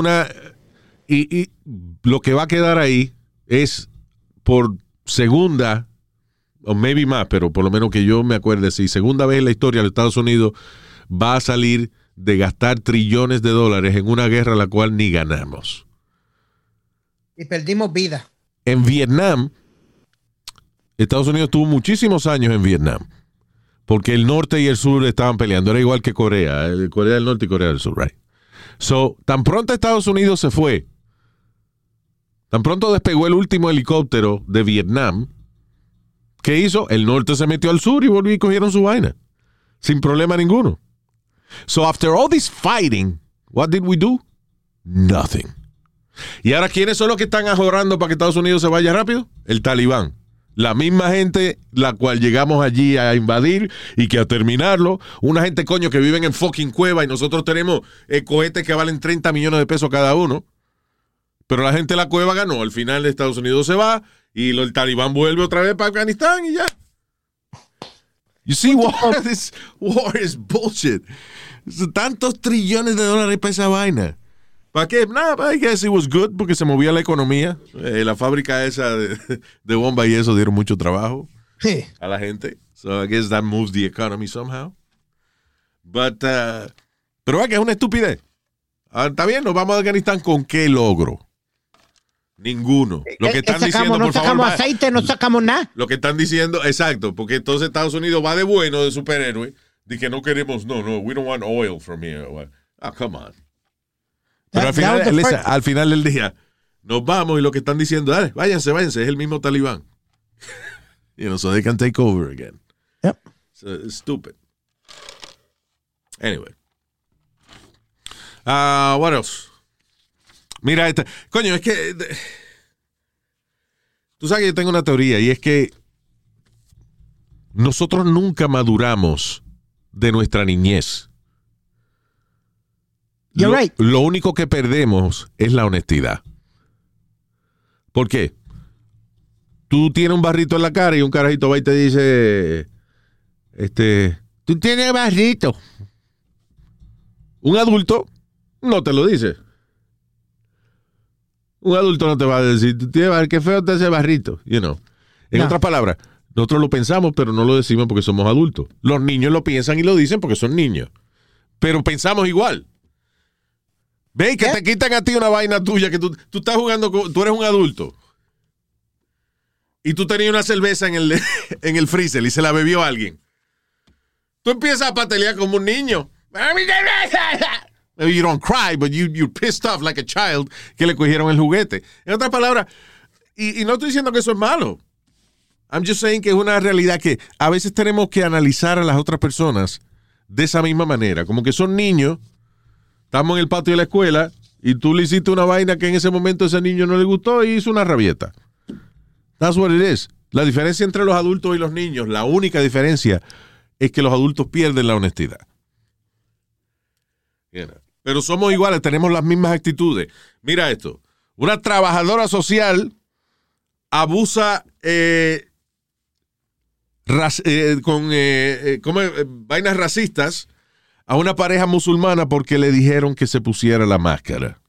lo que va a quedar ahí es por segunda, o maybe más, pero por lo menos que yo me acuerde, si segunda vez en la historia de Estados Unidos va a salir de gastar trillones de dólares en una guerra a la cual ni ganamos. Y perdimos vida. En Vietnam, Estados Unidos tuvo muchísimos años en Vietnam, porque el norte y el sur estaban peleando. Era igual que Corea, Corea del Norte y Corea del Sur, right? So, tan pronto Estados Unidos se fue, tan pronto despegó el último helicóptero de Vietnam, ¿qué hizo? El norte se metió al sur y volvió y cogieron su vaina, sin problema ninguno. So, after all this fighting, what did we do? Nothing. ¿Y ahora quiénes son los que están ahorrando para que Estados Unidos se vaya rápido? El Talibán. La misma gente la cual llegamos allí a invadir y que a terminarlo, una gente coño que viven en fucking cueva y nosotros tenemos cohetes que valen 30 millones de pesos cada uno. Pero la gente de la cueva ganó. Al final Estados Unidos se va y el Talibán vuelve otra vez para Afganistán y ya. You see, war is bullshit. Tantos trillones de dólares para esa vaina. ¿Para qué? Nada, I guess it was good porque se movía la economía. La fábrica esa de bomba y eso dieron mucho trabajo Sí. a la gente. So I guess that moves the economy somehow. But, pero es que es una estupidez. Está bien, nos vamos a Afganistán ¿con qué logro? Ninguno. Lo que están diciendo, no por favor. sacamos aceite, no sacamos nada. Lo que están diciendo, exacto, porque entonces Estados Unidos va de bueno, de superhéroe, de que no queremos, no, we don't want oil from here. Ah, come on. Pero al final del día, nos vamos y lo que están diciendo, dale, váyanse, es el mismo talibán. So they can take over again. Yep. So it's stupid. Anyway. What else? Mira, coño, es que tú sabes que yo tengo una teoría y es que nosotros nunca maduramos de nuestra niñez. You're right. Lo único que perdemos es la honestidad. ¿Por qué? Tú tienes un barrito en la cara y un carajito va y te dice, tú tienes barrito. Un adulto no te lo dice. Un adulto no te va a decir, tú tienes barrito, qué feo te ese barrito. En otras palabras, nosotros lo pensamos, pero no lo decimos porque somos adultos. Los niños lo piensan y lo dicen porque son niños. Pero pensamos igual. Ve que te quitan a ti una vaina tuya que tú estás jugando, tú eres un adulto. Y tú tenías una cerveza en el freezer y se la bebió alguien. Tú empiezas a patalear como un niño. Maybe you don't cry, but you're pissed off like a child que le cogieron el juguete. En otras palabras, y no estoy diciendo que eso es malo. I'm just saying que es una realidad que a veces tenemos que analizar a las otras personas de esa misma manera. Como que son niños, estamos en el patio de la escuela y tú le hiciste una vaina que en ese momento a ese niño no le gustó y hizo una rabieta. That's what it is. La diferencia entre los adultos y los niños, la única diferencia es que los adultos pierden la honestidad. Pero somos iguales, tenemos las mismas actitudes. Mira esto. Una trabajadora social abusa con vainas racistas a una pareja musulmana porque le dijeron que se pusiera la máscara.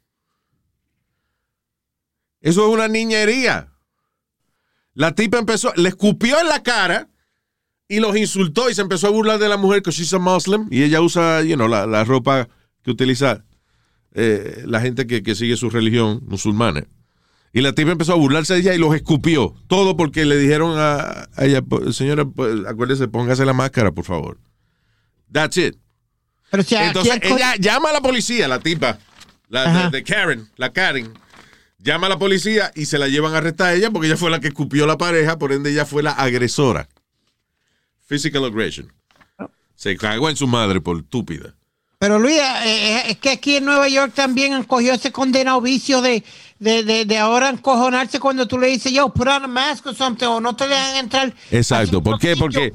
Eso es una niñería. La tipa le escupió en la cara y los insultó y se empezó a burlar de la mujer que she's a Muslim y ella usa, la ropa que utiliza la gente que sigue su religión musulmana. Y la tipa empezó a burlarse de ella y los escupió. Todo porque le dijeron a ella, señora, pues, acuérdese, póngase la máscara, por favor. That's it. Pero entonces ella llama a la policía, la tipa, de Karen, la Karen. Llama a la policía y se la llevan a arrestar a ella porque ella fue la que escupió a la pareja, por ende ella fue la agresora. Physical aggression. Se cagó en su madre por estúpida. Pero Luis, es que aquí en Nueva York también han cogido ese condenado vicio de ahora encojonarse cuando tú le dices, yo, put on a mask or something, o no te dejan entrar. Exacto. ¿Por qué? Porque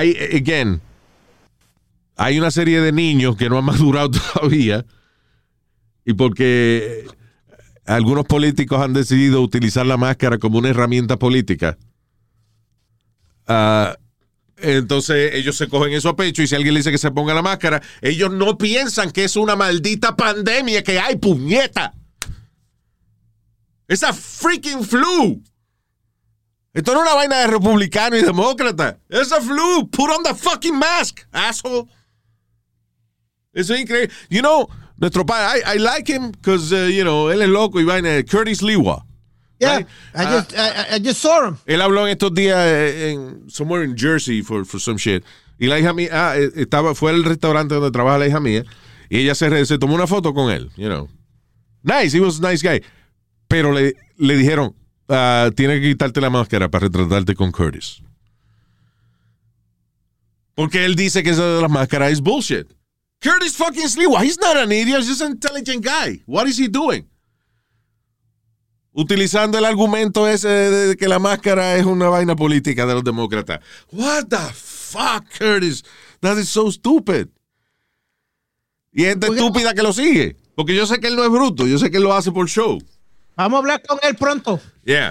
hay una serie de niños que no han madurado todavía y porque algunos políticos han decidido utilizar la máscara como una herramienta política. Entonces ellos se cogen eso a pecho y si alguien le dice que se ponga la máscara, ellos no piensan que es una maldita pandemia que hay, puñeta. Esa freaking flu. Esto no es una vaina de republicano y demócrata. Es a flu. Put on the fucking mask, asshole. Eso es increíble. Nuestro padre, I like him because, él es loco y vaina. Curtis Lewa. Yeah, right? I just saw him. Él habló en estos días somewhere in Jersey for some shit. Y la hija mía, fue al restaurante donde trabaja la hija mía y ella se tomó una foto con él, Nice, he was a nice guy. Pero le dijeron, tienes que quitarte la máscara para retratarte con Curtis. Porque él dice que eso de las máscaras es bullshit. Curtis fucking Sliwa, he's not an idiot, he's just an intelligent guy. What is he doing? Utilizando el argumento ese de que la máscara es una vaina política de los demócratas. What the fuck, Curtis? That is so stupid. Y gente estúpida que lo sigue. Porque yo sé que él no es bruto, yo sé que él lo hace por show. Vamos a hablar con él pronto. Yeah.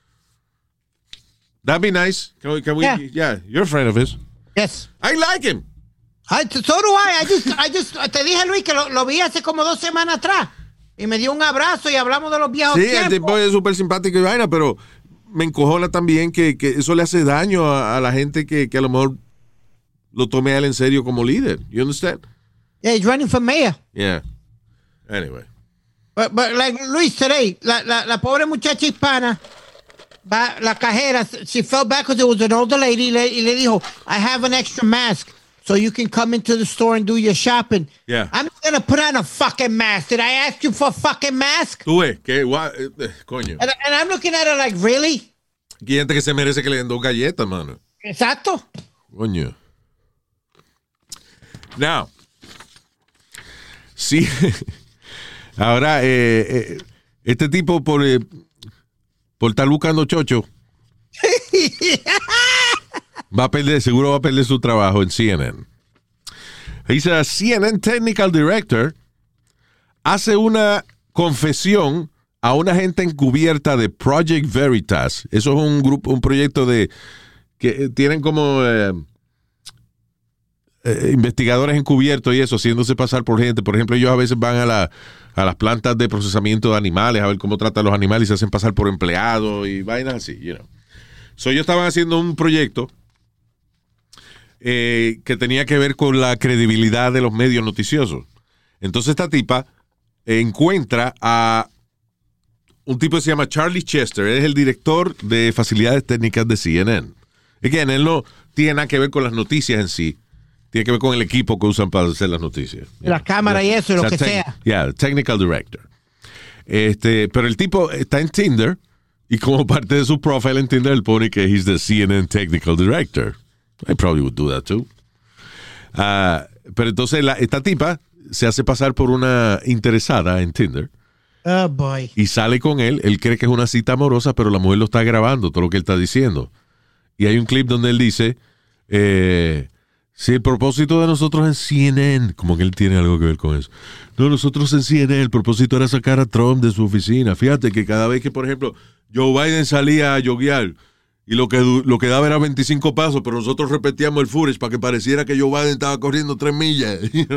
That'd be nice. Can we? Yeah, you're a friend of his. Yes. I like him. So do I. I just te dije, Luis, que lo vi hace como 2 semanas atrás. y me dio un abrazo y hablamos de los viejos Sí, tiempos. el tipo es súper simpático y vaina, pero me encojona también que eso le hace daño a la gente que a lo mejor lo tome a él en serio como líder. You understand? Yeah, he's running for mayor. Yeah. Anyway. But like Luis, today, la pobre muchacha hispana, la cajera, she felt back because it was an older lady, y le dijo, I have an extra mask, so you can come into the store and do your shopping. Yeah. I'm not going to put on a fucking mask. Did I ask you for a fucking mask? Tú ves, coño. And I'm looking at her like, really? Aquí hay gente que se merece que le den 2 galletas, mano. Exacto. Coño. Now, sí. Ahora, este tipo por estar buscando chocho seguro va a perder su trabajo en CNN. Dice, a CNN Technical Director hace una confesión a una gente encubierta de Project Veritas. Eso es un proyecto que tienen como investigadores encubiertos y eso, haciéndose pasar por gente. Por ejemplo, ellos a veces van a las plantas de procesamiento de animales a ver cómo tratan los animales y se hacen pasar por empleados y vainas así, you know. So, ellos estaban haciendo un proyecto que tenía que ver con la credibilidad de los medios noticiosos. Entonces esta tipa encuentra a un tipo que se llama Charlie Chester. Él es el director de facilidades técnicas de CNN. Again, él no tiene nada que ver con las noticias en sí. Tiene que ver con el equipo que usan para hacer las noticias. La cámara y eso, lo que sea. Yeah, technical director. Pero el tipo está en Tinder y como parte de su profile en Tinder él pone que he's the CNN technical director. I probably would do that too. Pero entonces esta tipa se hace pasar por una interesada en Tinder. Oh, boy. Y sale con él. Él cree que es una cita amorosa, pero la mujer lo está grabando, todo lo que él está diciendo. Y hay un clip donde él dice, si el propósito de nosotros en CNN, como que él tiene algo que ver con eso. No, nosotros en CNN, el propósito era sacar a Trump de su oficina. Fíjate que cada vez que, por ejemplo, Joe Biden salía a joguear y lo que daba era 25 pasos, pero nosotros repetíamos el footage para que pareciera que Joe Biden estaba corriendo 3 millas.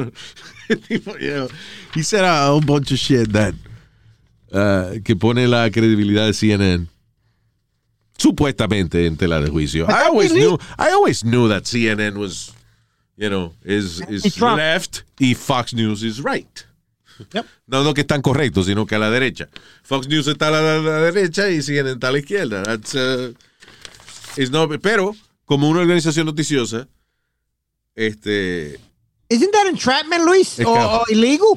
He said a whole bunch of shit that que pone la credibilidad de CNN supuestamente en tela de juicio. I always knew that CNN was, is left y Fox News is right. Yep. No que están correctos, sino que a la derecha. Fox News está a la derecha y CNN está a la izquierda. Pero, como una organización noticiosa, Isn't that entrapment, Luis? Or illegal?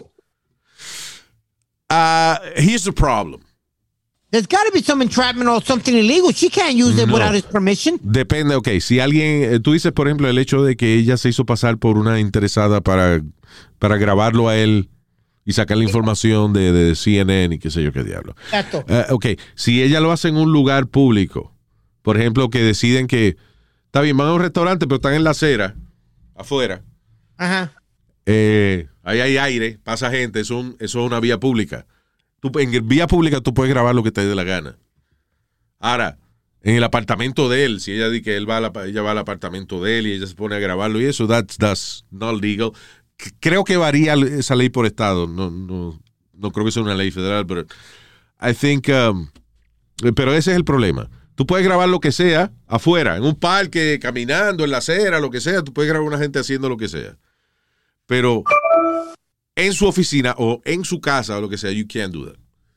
Here's the problem. There's got to be some entrapment or something illegal. She can't use it without his permission. Depende, ok. Si alguien, tú dices, por ejemplo, el hecho de que ella se hizo pasar por una interesada para grabarlo a él y sacar la información de CNN y qué sé yo qué diablo. Exacto. Ok, si ella lo hace en un lugar público, por ejemplo, que deciden que, está bien, van a un restaurante, pero están en la acera, afuera. Ajá. Ahí hay aire, pasa gente, eso es una vía pública. En vía pública tú puedes grabar lo que te dé la gana. Ahora, en el apartamento de él, si ella dice que ella va al apartamento de él y ella se pone a grabarlo y eso, that's not legal. Creo que varía esa ley por estado. No creo que sea una ley federal, pero I think, pero ese es el problema. Tú puedes grabar lo que sea afuera, en un parque, caminando, en la acera, lo que sea. Tú puedes grabar a una gente haciendo lo que sea. Pero en su oficina o en su casa o lo que sea, you can't do that.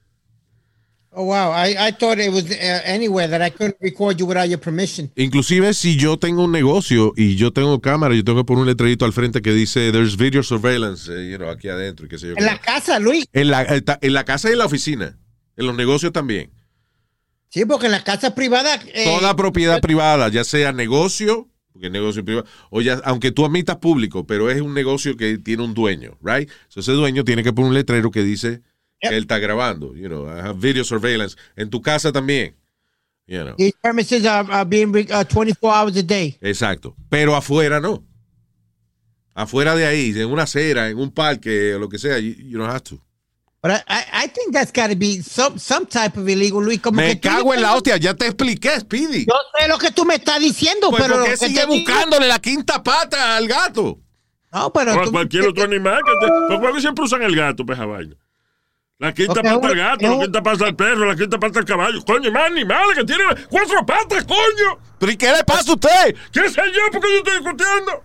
Oh, wow. I thought it was anywhere that I couldn't record you without your permission. Inclusive si yo tengo un negocio y yo tengo cámara, yo tengo que poner un letrerito al frente que dice there's video surveillance, aquí adentro y qué sé yo. En la casa, Luis. En la casa y en la oficina. En los negocios también. Sí, porque en la casa privada... Toda propiedad privada, ya sea negocio, porque es negocio privado, o ya, aunque tú admitas público, pero es un negocio que tiene un dueño, right? So ese dueño tiene que poner un letrero que dice que él está grabando, I have video surveillance. En tu casa también, These premises are being 24 hours a day. Exacto. Pero afuera no. Afuera de ahí, en una acera, en un parque, o lo que sea, you don't have to. But I think that's got to be some type of illegal, Luis. Como me cago en la hostia, ya te expliqué, Speedy. Yo sé lo que tú me estás diciendo, pues pero... ¿por qué sigue buscándole la quinta pata al gato? No, pero... O a cualquier otro animal. ¿Por qué siempre usan el gato, peja vaina? La quinta Okay, pata al gato, la quinta pata al perro, la quinta pata al caballo. Coño, más animales que tienen 4 patas, coño. ¿Pero y qué le pasa a usted? ¿Qué sé yo? Porque yo estoy discutiendo.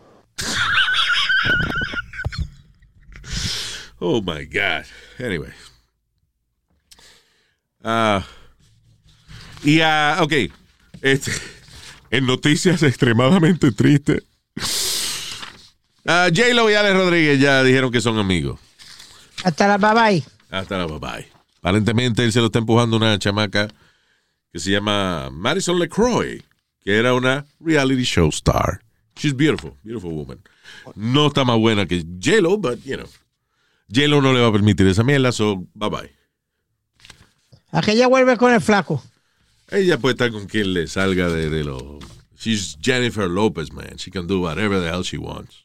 Oh, my God. Anyway. Ok. En noticias extremadamente tristes. J-Lo y Alex Rodríguez ya dijeron que son amigos. Hasta la bye. Hasta la bye. Aparentemente él se lo está empujando una chamaca que se llama Madison LeCroy, que era una reality show star. She's beautiful, beautiful woman. No está más buena que J-Lo, but you know. J-Lo no le va a permitir esa mierda, so bye. Aquella vuelve con el flaco. Ella puede estar con quien le salga de lo... She's Jennifer Lopez, man. She can do whatever the hell she wants.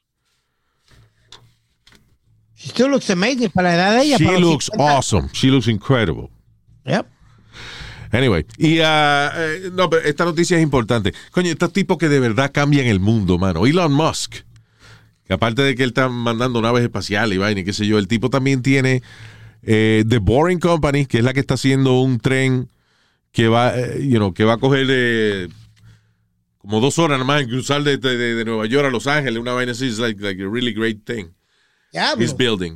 She still looks amazing para la edad de ella. She looks awesome. She looks incredible. Yep. Anyway, y no, pero esta noticia es importante. Coño, estos tipos que de verdad cambian el mundo, mano. Elon Musk, que aparte de que él está mandando naves espaciales y vaina y qué sé yo, el tipo también tiene The Boring Company, que es la que está haciendo un tren que va, que va a coger como 2 horas nada más en cruzar de Nueva York a Los Ángeles, una vaina así. It's like a really great thing. He's building.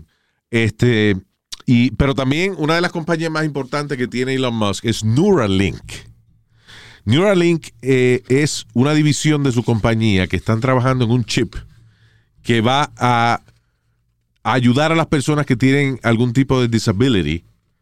Pero también una de las compañías más importantes que tiene Elon Musk es Neuralink. Neuralink es una división de su compañía que están trabajando en un chip que va a ayudar a las personas que tienen algún tipo de disability.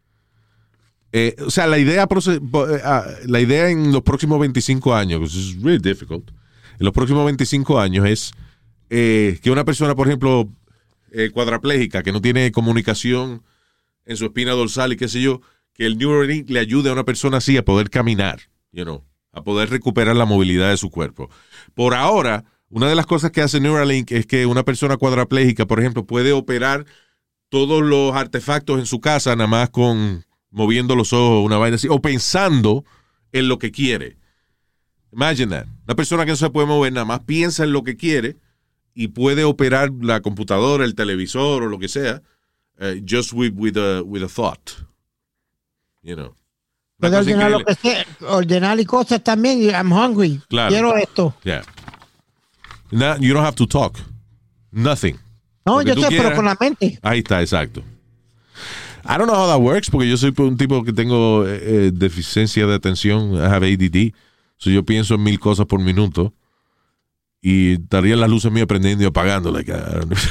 O sea, la idea en los próximos 25 años, which is really difficult, en los próximos 25 años es que una persona, por ejemplo, cuadraplégica, que no tiene comunicación en su espina dorsal y qué sé yo, que el Neuralink le ayude a una persona así a poder caminar, a poder recuperar la movilidad de su cuerpo. Por ahora, una de las cosas que hace Neuralink es que una persona cuadraplégica, por ejemplo, puede operar todos los artefactos en su casa nada más con moviendo los ojos, una vaina así, o pensando en lo que quiere. Imagine that. Una persona que no se puede mover nada más piensa en lo que quiere y puede operar la computadora, el televisor o lo que sea, just with a thought. Puede ordenar lo que sea, ordenar y cosas también. I'm hungry. Claro. Quiero esto. Yeah. You don't have to talk. Nothing. No, yo sé, pero con la mente. Ahí está, exacto. I don't know how that works porque yo soy un tipo que tengo deficiencia de atención. I have ADD. So yo pienso en 1000 cosas por minuto. Y estarían las luces mías prendiendo y apagando. Like, I don't know.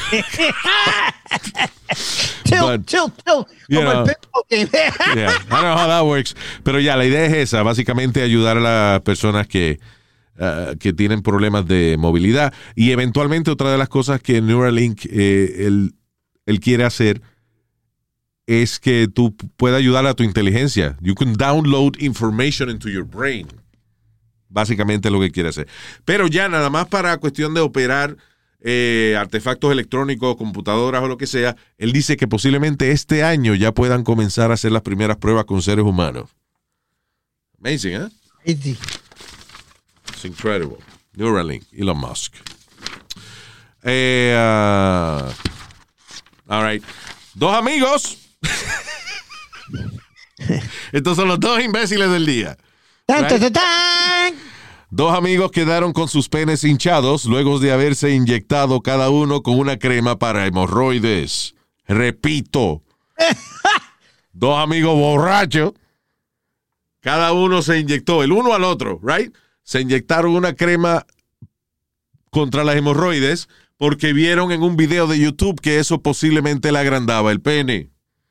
Chill. Yeah, I don't know how that works. Pero ya, la idea es esa. Básicamente ayudar a las personas que tienen problemas de movilidad. Y eventualmente otra de las cosas que Neuralink él quiere hacer es que tú puedas ayudar a tu inteligencia. You can download information into your brain. Básicamente es lo que quiere hacer. Pero ya nada más para cuestión de operar artefactos electrónicos, computadoras o lo que sea, él dice que posiblemente este año ya puedan comenzar a hacer las primeras pruebas con seres humanos. Amazing, ¿eh? Easy. It's incredible. Neuralink, Elon Musk. All right. 2 amigos. Estos son los 2 imbéciles del día. Right? 2 amigos quedaron con sus penes hinchados luego de haberse inyectado cada uno con una crema para hemorroides. Repito. 2 amigos borrachos. Cada uno se inyectó, el uno al otro, right? Se inyectaron una crema contra las hemorroides porque vieron en un video de YouTube que eso posiblemente le agrandaba el pene.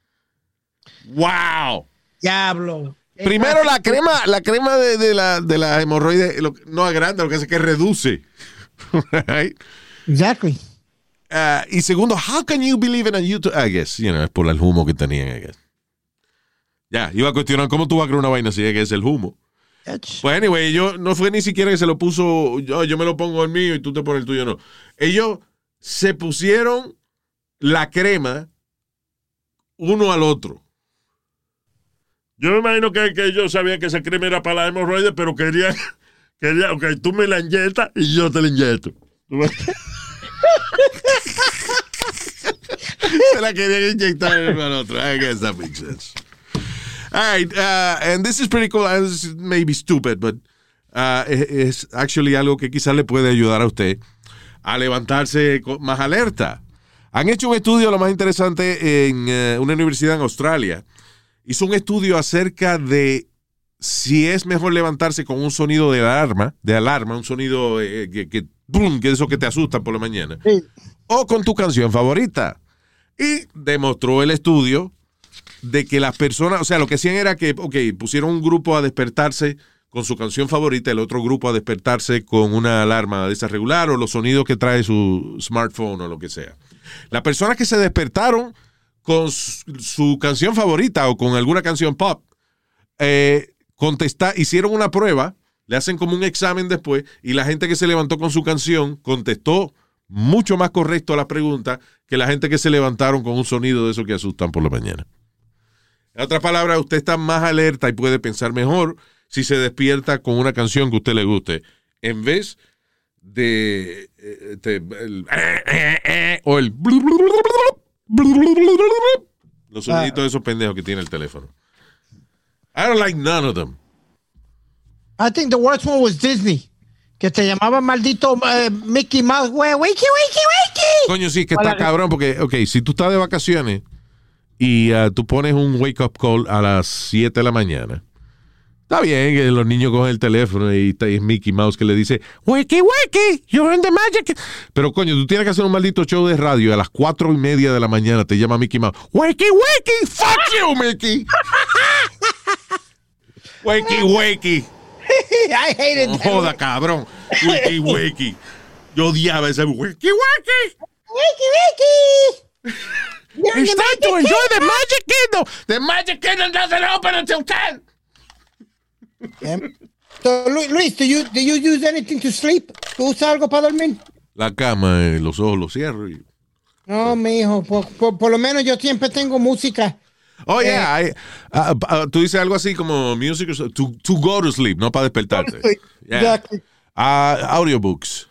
¡Wow! Diablo. Primero, la crema de la hemorroide no agranda, lo que hace es que reduce. Right? Exactly. Y segundo, how can you believe in a YouTube? I guess, es por el humo que tenían, I guess. Ya, iba a cuestionar cómo tú vas a crear una vaina así, que es el humo. Pues anyway, yo no fue ni siquiera que se lo puso, yo me lo pongo el mío y tú te pones el tuyo, no. Ellos se pusieron la crema uno al otro. Yo me imagino que ellos sabían que esa crema era para la hemorroides, pero querían, ok, tú me la inyectas y yo te la inyecto. Se la querían inyectar el uno al otro. I guess that makes sense. All right, and this is pretty cool. This is maybe stupid, but es actually algo que quizás le puede ayudar a usted a levantarse más alerta. Han hecho un estudio, lo más interesante, en una universidad en Australia. Hizo un estudio acerca de si es mejor levantarse con un sonido de alarma, un sonido que es eso que te asusta por la mañana, sí, o con tu canción favorita. Y demostró el estudio de que las personas, o sea, lo que hacían era que, pusieron un grupo a despertarse con su canción favorita, el otro grupo a despertarse con una alarma de esa regular o los sonidos que trae su smartphone o lo que sea. Las personas que se despertaron con su canción favorita o con alguna canción pop, hicieron una prueba, le hacen como un examen después, y la gente que se levantó con su canción contestó mucho más correcto a la pregunta que la gente que se levantaron con un sonido de esos que asustan por la mañana. En otras palabras, usted está más alerta y puede pensar mejor si se despierta con una canción que a usted le guste, en vez de o el los soniditos de esos pendejos que tiene el teléfono. I don't like none of them. I think the worst one was Disney, que te llamaba maldito Mickey Mouse, güey, wakey. Coño, sí, que está cabrón, porque, si tú estás de vacaciones y tú pones un wake-up call a las 7 de la mañana, está bien que los niños cogen el teléfono y es Mickey Mouse que le dice, wakey, you're in the magic. Pero, coño, tú tienes que hacer un maldito show de radio y a las 4:30 de la mañana te llama Mickey Mouse. Wakey, fuck you, Mickey. Wakey. I hated that. Joda, cabrón. Wakey. Yo odiaba ese wakey. It's time to enjoy the Magic Kingdom. The Magic Kingdom doesn't open until 10. Yeah. So, Luis, do you use anything to sleep? ¿Tú usas algo para dormir? La cama, los ojos los cierro. No, mijo, por lo menos yo siempre tengo música. Oh, yeah. Tú dices algo así como music to go to sleep, no para despertarte. Yeah. Exactly. Audiobooks.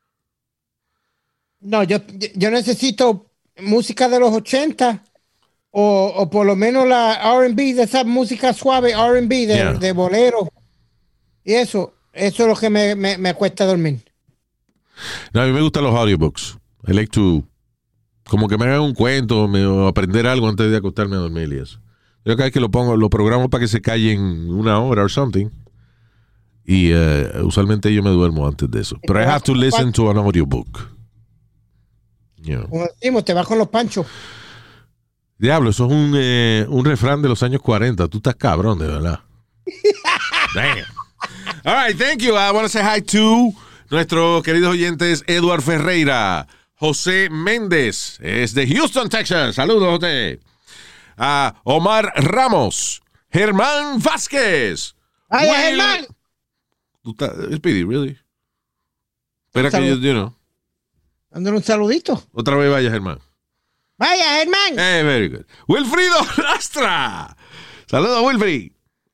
No, yo necesito música de los 80 o por lo menos la R&B, de esa música suave, R&B de bolero. Y eso es lo que me cuesta dormir. No, a mí me gustan los audiobooks. I like to, como que me hagan un cuento o aprender algo antes de acostarme a dormir y eso. Yo cada vez que lo programo para que se callen una hora or something. Y usualmente yo me duermo antes de eso. Pero I have to listen to an audiobook. Como decimos, te vas con los panchos. Diablo, eso es un refrán de los años 40. Tú estás cabrón, de verdad. Damn. All right, thank you. I want to say hi to nuestros queridos oyentes Edward Ferreira, José Méndez, es de Houston, Texas. Saludos, José. Omar Ramos, Germán Vázquez. ¡Ay, Germán! Speedy, really? Espera que yo, Dándole un saludito. Otra vez vaya, Germán. Vaya, Germán. Very good. Wilfrido Lastra. Saludos, Wilfrid.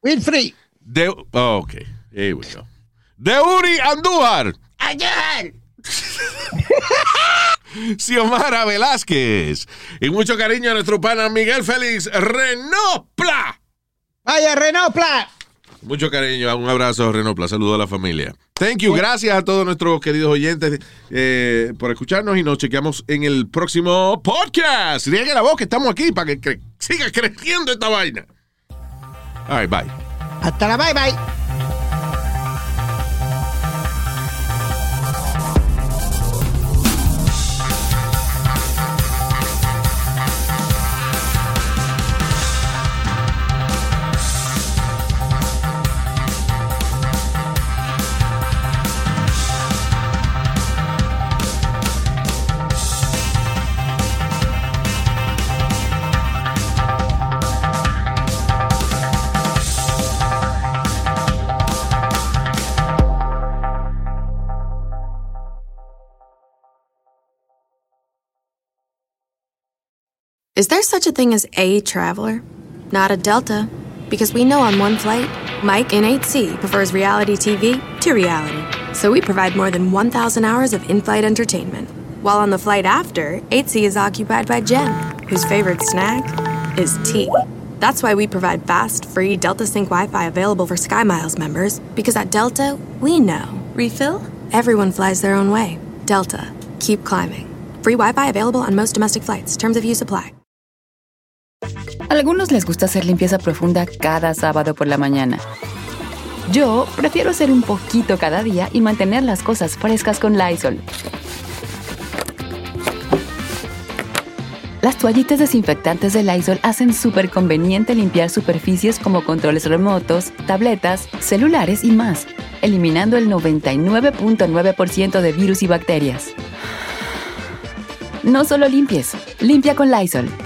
Ok. Here we go. De Uri Andújar. ¡Ayer! Xiomara Velázquez. Y mucho cariño a nuestro pana Miguel Félix Renopla. Vaya, Renopla. Mucho cariño, un abrazo, Renopla. Saludos a la familia. Thank you. Gracias a todos nuestros queridos oyentes por escucharnos y nos chequeamos en el próximo podcast. Riegue la voz que estamos aquí para que siga creciendo esta vaina. All right, bye. Hasta la bye. Is there such a thing as a traveler? Not a Delta. Because we know on one flight, Mike in 8C prefers reality TV to reality. So we provide more than 1,000 hours of in-flight entertainment. While on the flight after, 8C is occupied by Jen. whose favorite snack is tea. That's why we provide fast, free Delta Sync Wi-Fi available for SkyMiles members, because at Delta, we know. Refill? Everyone flies their own way. Delta. Keep climbing. Free Wi-Fi available on most domestic flights. Terms of use apply. A algunos les gusta hacer limpieza profunda cada sábado por la mañana. Yo prefiero hacer un poquito cada día y mantener las cosas frescas con Lysol. Las toallitas desinfectantes de Lysol hacen súper conveniente limpiar superficies como controles remotos, tabletas, celulares y más, eliminando el 99.9% de virus y bacterias. No solo limpies, limpia con Lysol.